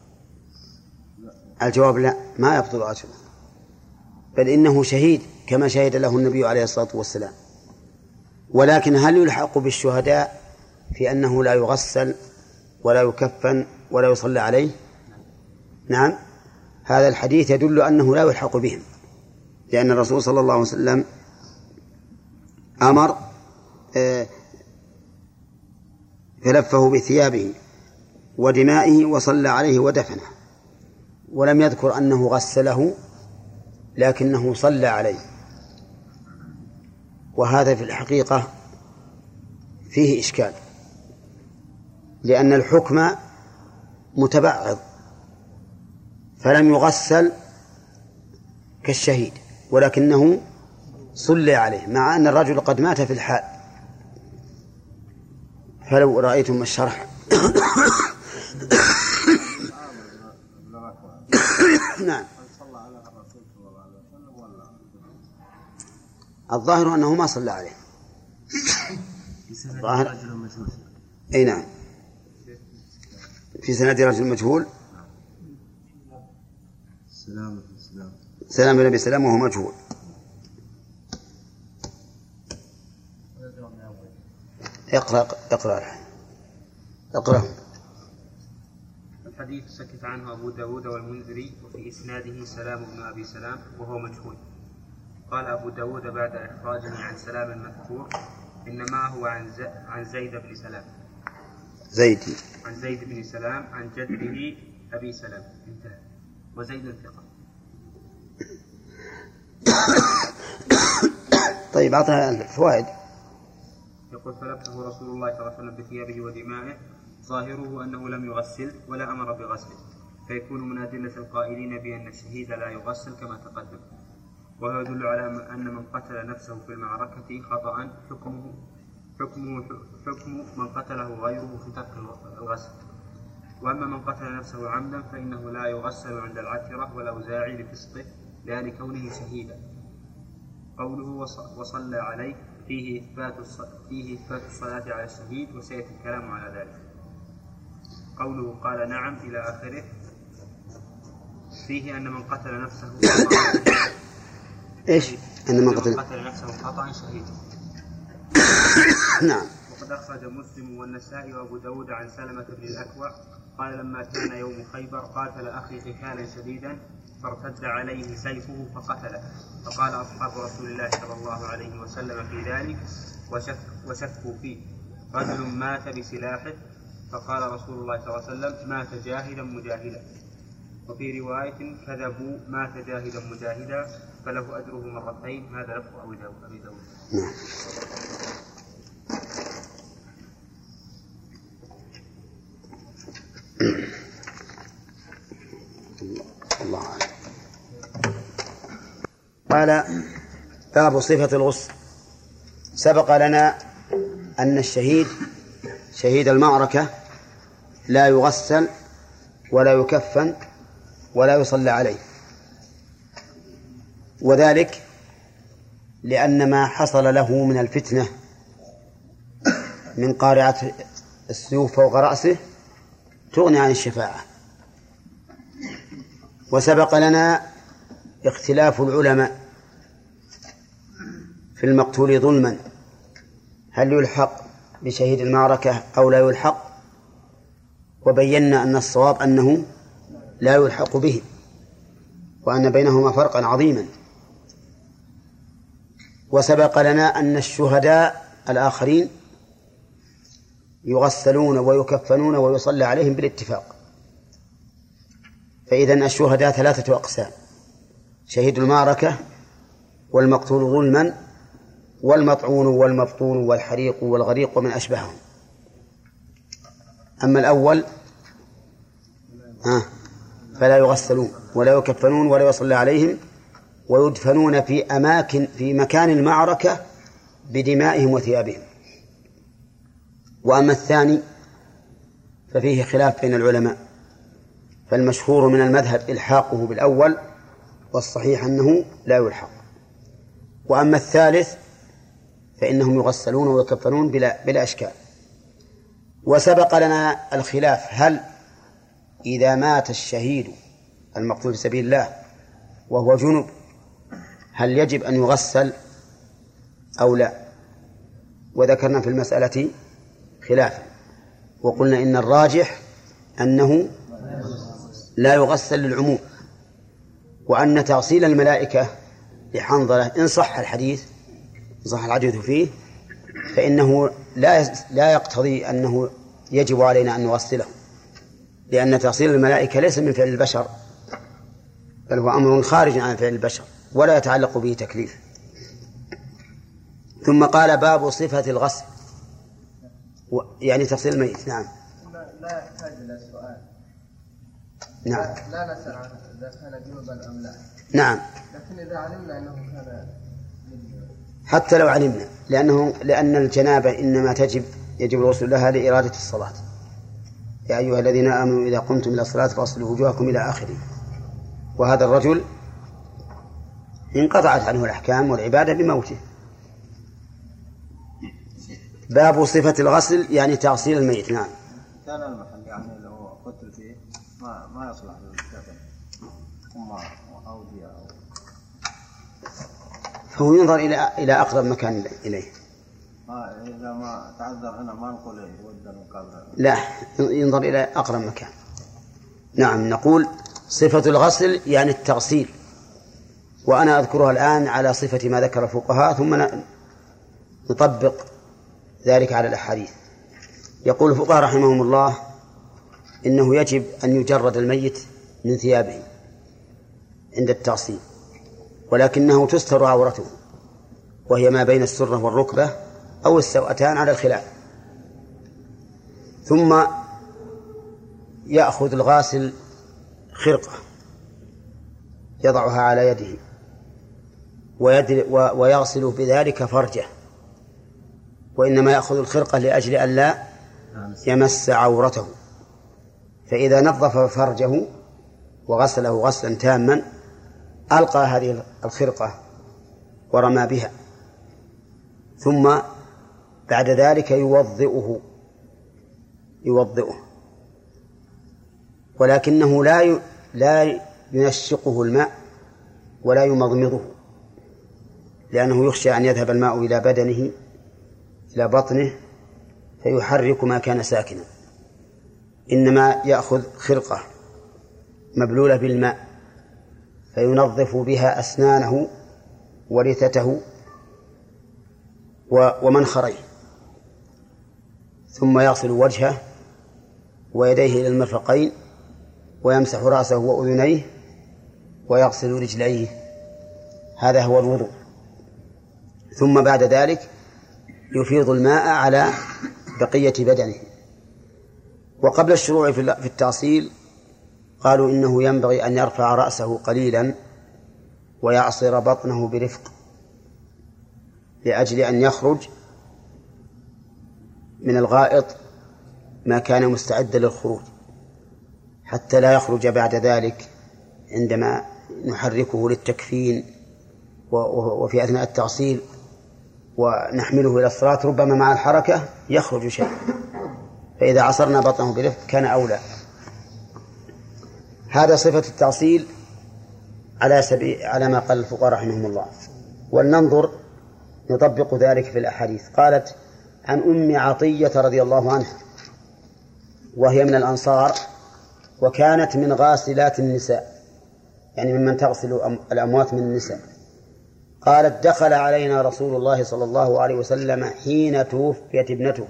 الجواب: لا، ما يبطل أجره، بل إنه شهيد كما شهد له النبي عليه الصلاة والسلام. ولكن هل يلحق بالشهداء في أنه لا يغسل ولا يكفن ولا يصلى عليه؟ نعم، هذا الحديث يدل أنه لا يلحق بهم، لأن الرسول صلى الله عليه وسلم أمر فلفه بثيابه ودمائه وصلى عليه ودفنه، ولم يذكر أنه غسله، لكنه صلى عليه. وهذا في الحقيقة فيه إشكال، لأن الحكم متبعض، فلم يغسل كالشهيد ولكنه صلى عليه، مع أن الرجل قد مات في الحال. فلو رأيتم الشرح نعم. الظاهر أنه ما صلى عليه. الظاهر أي نعم، في سند رجل مجهول. سلام النبي سلام وهو مجهول. اقرأ. الحديث سكت عنه أبو داود والمنذري، وفي إسناده سلام بن أبي سلام وهو مجهول. قال أبو داود بعد إخراجه عن سلام المذكور: إنما هو عن زيد بن سلام. عن زيد بن سلام عن جده أبي سلام، انتهى. وزيد ثقة. طيب، أعطها الفوائد. يقول: فلبسه رسول الله صلى الله عليه وسلم بثيابه ودمائه، ظاهره أنه لم يغسل ولا أمر بغسله، فيكون من أدلة القائلين بأن الشهيد لا يغسل كما تقدم. وهو يدل على أن من قتل نفسه في المعركة خطأ حكم من قتله غيره في ترك الغسل. وأما من قتل نفسه عمدا فإنه لا يغسل عند العثرة والأوزاعي لفسقه، لأن كونه شهيدا. قوله وصلى عليه فيه إثبات الصلاة على الشهيد، وسيأتي الكلام على ذلك. قوله قال نعم إلى آخره فيه أن من قتل نفسه أن من قتل نفسه خطأ شهيد. نعم. وقد أخرج مسلم والنسائي وأبو داود عن سلمة بن الأكوع قال: لما كان يوم خيبر قاتل أخي قتالا شديدا فارتد عليه سيفه فقتله، فقال أصحاب رسول الله صلى الله عليه وسلم في ذلك وشكوا فيه: رجل مات بسلاحه، فقال رسول الله صلى الله عليه وسلم: مات جاهدا مجاهدا. وفي رواية: كذبوا مات جاهدا مجاهدا فله أجره مرتين. هذا لفظ أبي داود. الله أعلم. قال: باب صفة الغسل. سبق لنا أن شهيد المعركة لا يغسل ولا يكفن ولا يصلى عليه، وذلك لأن ما حصل له من الفتنة من قارعة السيوف فوق رأسه تغني عن الشفاعة. وسبق لنا اختلاف العلماء في المقتول ظلما، هل يلحق بشهيد المعركة أو لا يلحق، وبينا أن الصواب أنه لا يلحق به، وأن بينهما فرقا عظيما. وسبق لنا أن الشهداء الآخرين يغسلون ويكفنون ويصلى عليهم بالاتفاق. فإذن الشهداء 3 أقسام: شهيد المعركة، والمقتول ظلما، والمطعون والمبطون والحريق والغريق ومن أشبههم. أما الأول فلا يغسلون ولا يكفنون ولا يصلى عليهم، ويدفنون في مكان المعركة بدمائهم وثيابهم. وأما الثاني ففيه خلاف بين العلماء، فالمشهور من المذهب إلحاقه بالأول، والصحيح أنه لا يلحق. وأما الثالث فإنهم يغسلون ويكفنون بلا أشكال. وسبق لنا الخلاف، هل إذا مات الشهيد المقتول في سبيل الله وهو جنب هل يجب أن يغسل أو لا؟ وذكرنا في المسألة خلافا، وقلنا إن الراجح أنه لا يغسل للعموم، وأن تغسيل الملائكة لحنظلة إن صح الحديث فيه فإنه لا يقتضي أنه يجب علينا أن نغسله، لأن تغسيل الملائكة ليس من فعل البشر، بل هو أمر خارج عن فعل البشر ولا يتعلق به تكليف. ثم قال: باب صفة الغسل، يعني تغسيل الميت. نعم. لا يحتاج إلى سؤال. نعم. لا نسأل عنه إذا كان جنبا أم لا. نعم. لكن إذا علمنا أنه كان حتى لو علمنا، لأن الجنابة إنما يجب الغسل لها لإرادة الصلاة. يا أيها الذين آمنوا إذا قمتم إلى الصلاة فاغسلوا وجوهكم إلى آخره. وهذا الرجل انقطعت عنه الأحكام والعبادة بموته. باب صفة الغسل يعني تغسيل الميت. نعم. كان المحل يعني لو قتل فيه ما يصلح للكفن أودية أو فهو ينظر إلى أقرب مكان إليه. إذا ما تعذر هنا ما نقول يود المقابل، لا، ينظر إلى أقرب مكان. نعم. نقول صفة الغسل يعني التغسيل، وأنا أذكرها الآن على صفة ما ذكر الفقهاء، ثم نطبق ذلك على الأحاديث. يقول الفقهاء رحمهم الله: إنه يجب أن يجرد الميت من ثيابه عند التغسيل، ولكنه تستر عورته، وهي ما بين السرة والركبة أو السوأتان على الخلاف. ثم يأخذ الغاسل خرقة يضعها على يده ويغسل بذلك فرجه، وإنما يأخذ الخرقة لأجل أن لا يمس عورته. فإذا نظف فرجه وغسله غسلا تاما ألقى هذه الخرقة ورمى بها، ثم بعد ذلك يوضئه، ولكنه لا ينشقه الماء ولا يمضمضه، لأنه يخشى أن يذهب الماء إلى بدنه إلى بطنه فيحرك ما كان ساكنا. إنما يأخذ خرقة مبلولة بالماء فينظف بها أسنانه ولثته ومنخريه، ثم يغسل وجهه ويديه إلى المرفقين، ويمسح رأسه وأذنيه، ويغسل رجليه. هذا هو الوضوء. ثم بعد ذلك يفيض الماء على بقية بدنه. وقبل الشروع في التغسيل قالوا إنه ينبغي أن يرفع رأسه قليلا ويعصر بطنه برفق، لأجل أن يخرج من الغائط ما كان مستعدا للخروج، حتى لا يخرج بعد ذلك عندما نحركه للتكفين وفي أثناء التغسيل ونحمله إلى الصلاة ربما مع الحركة يخرج شيء، فإذا عصرنا بطنه برفق كان أولى. هذا صفة التأصيل على ما قال الفقهاء رحمهم الله. ولننظر نطبق ذلك في الأحاديث. قالت عن أم عطية رضي الله عنها وهي من الأنصار وكانت من غاسلات النساء، يعني ممن تغسل الأموات من النساء. قالت دخل علينا رسول الله صلى الله عليه وسلم حين توفيت ابنته،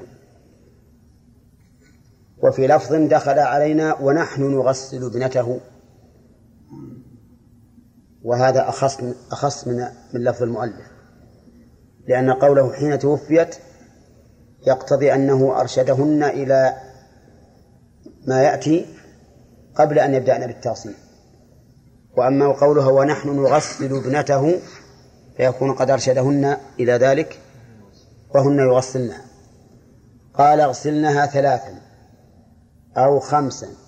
وفي لفظ دخل علينا ونحن نغسل ابنته، وهذا أخص من لفظ المؤلف، لأن قوله حين توفيت يقتضي أنه أرشدهن إلى ما يأتي قبل أن يبدأن بالتأصيل. وأما قولها ونحن نغسل ابنته فيكون قد أرشدهن إلى ذلك وهن يغسلنها. قال اغسلنها 3 أو 5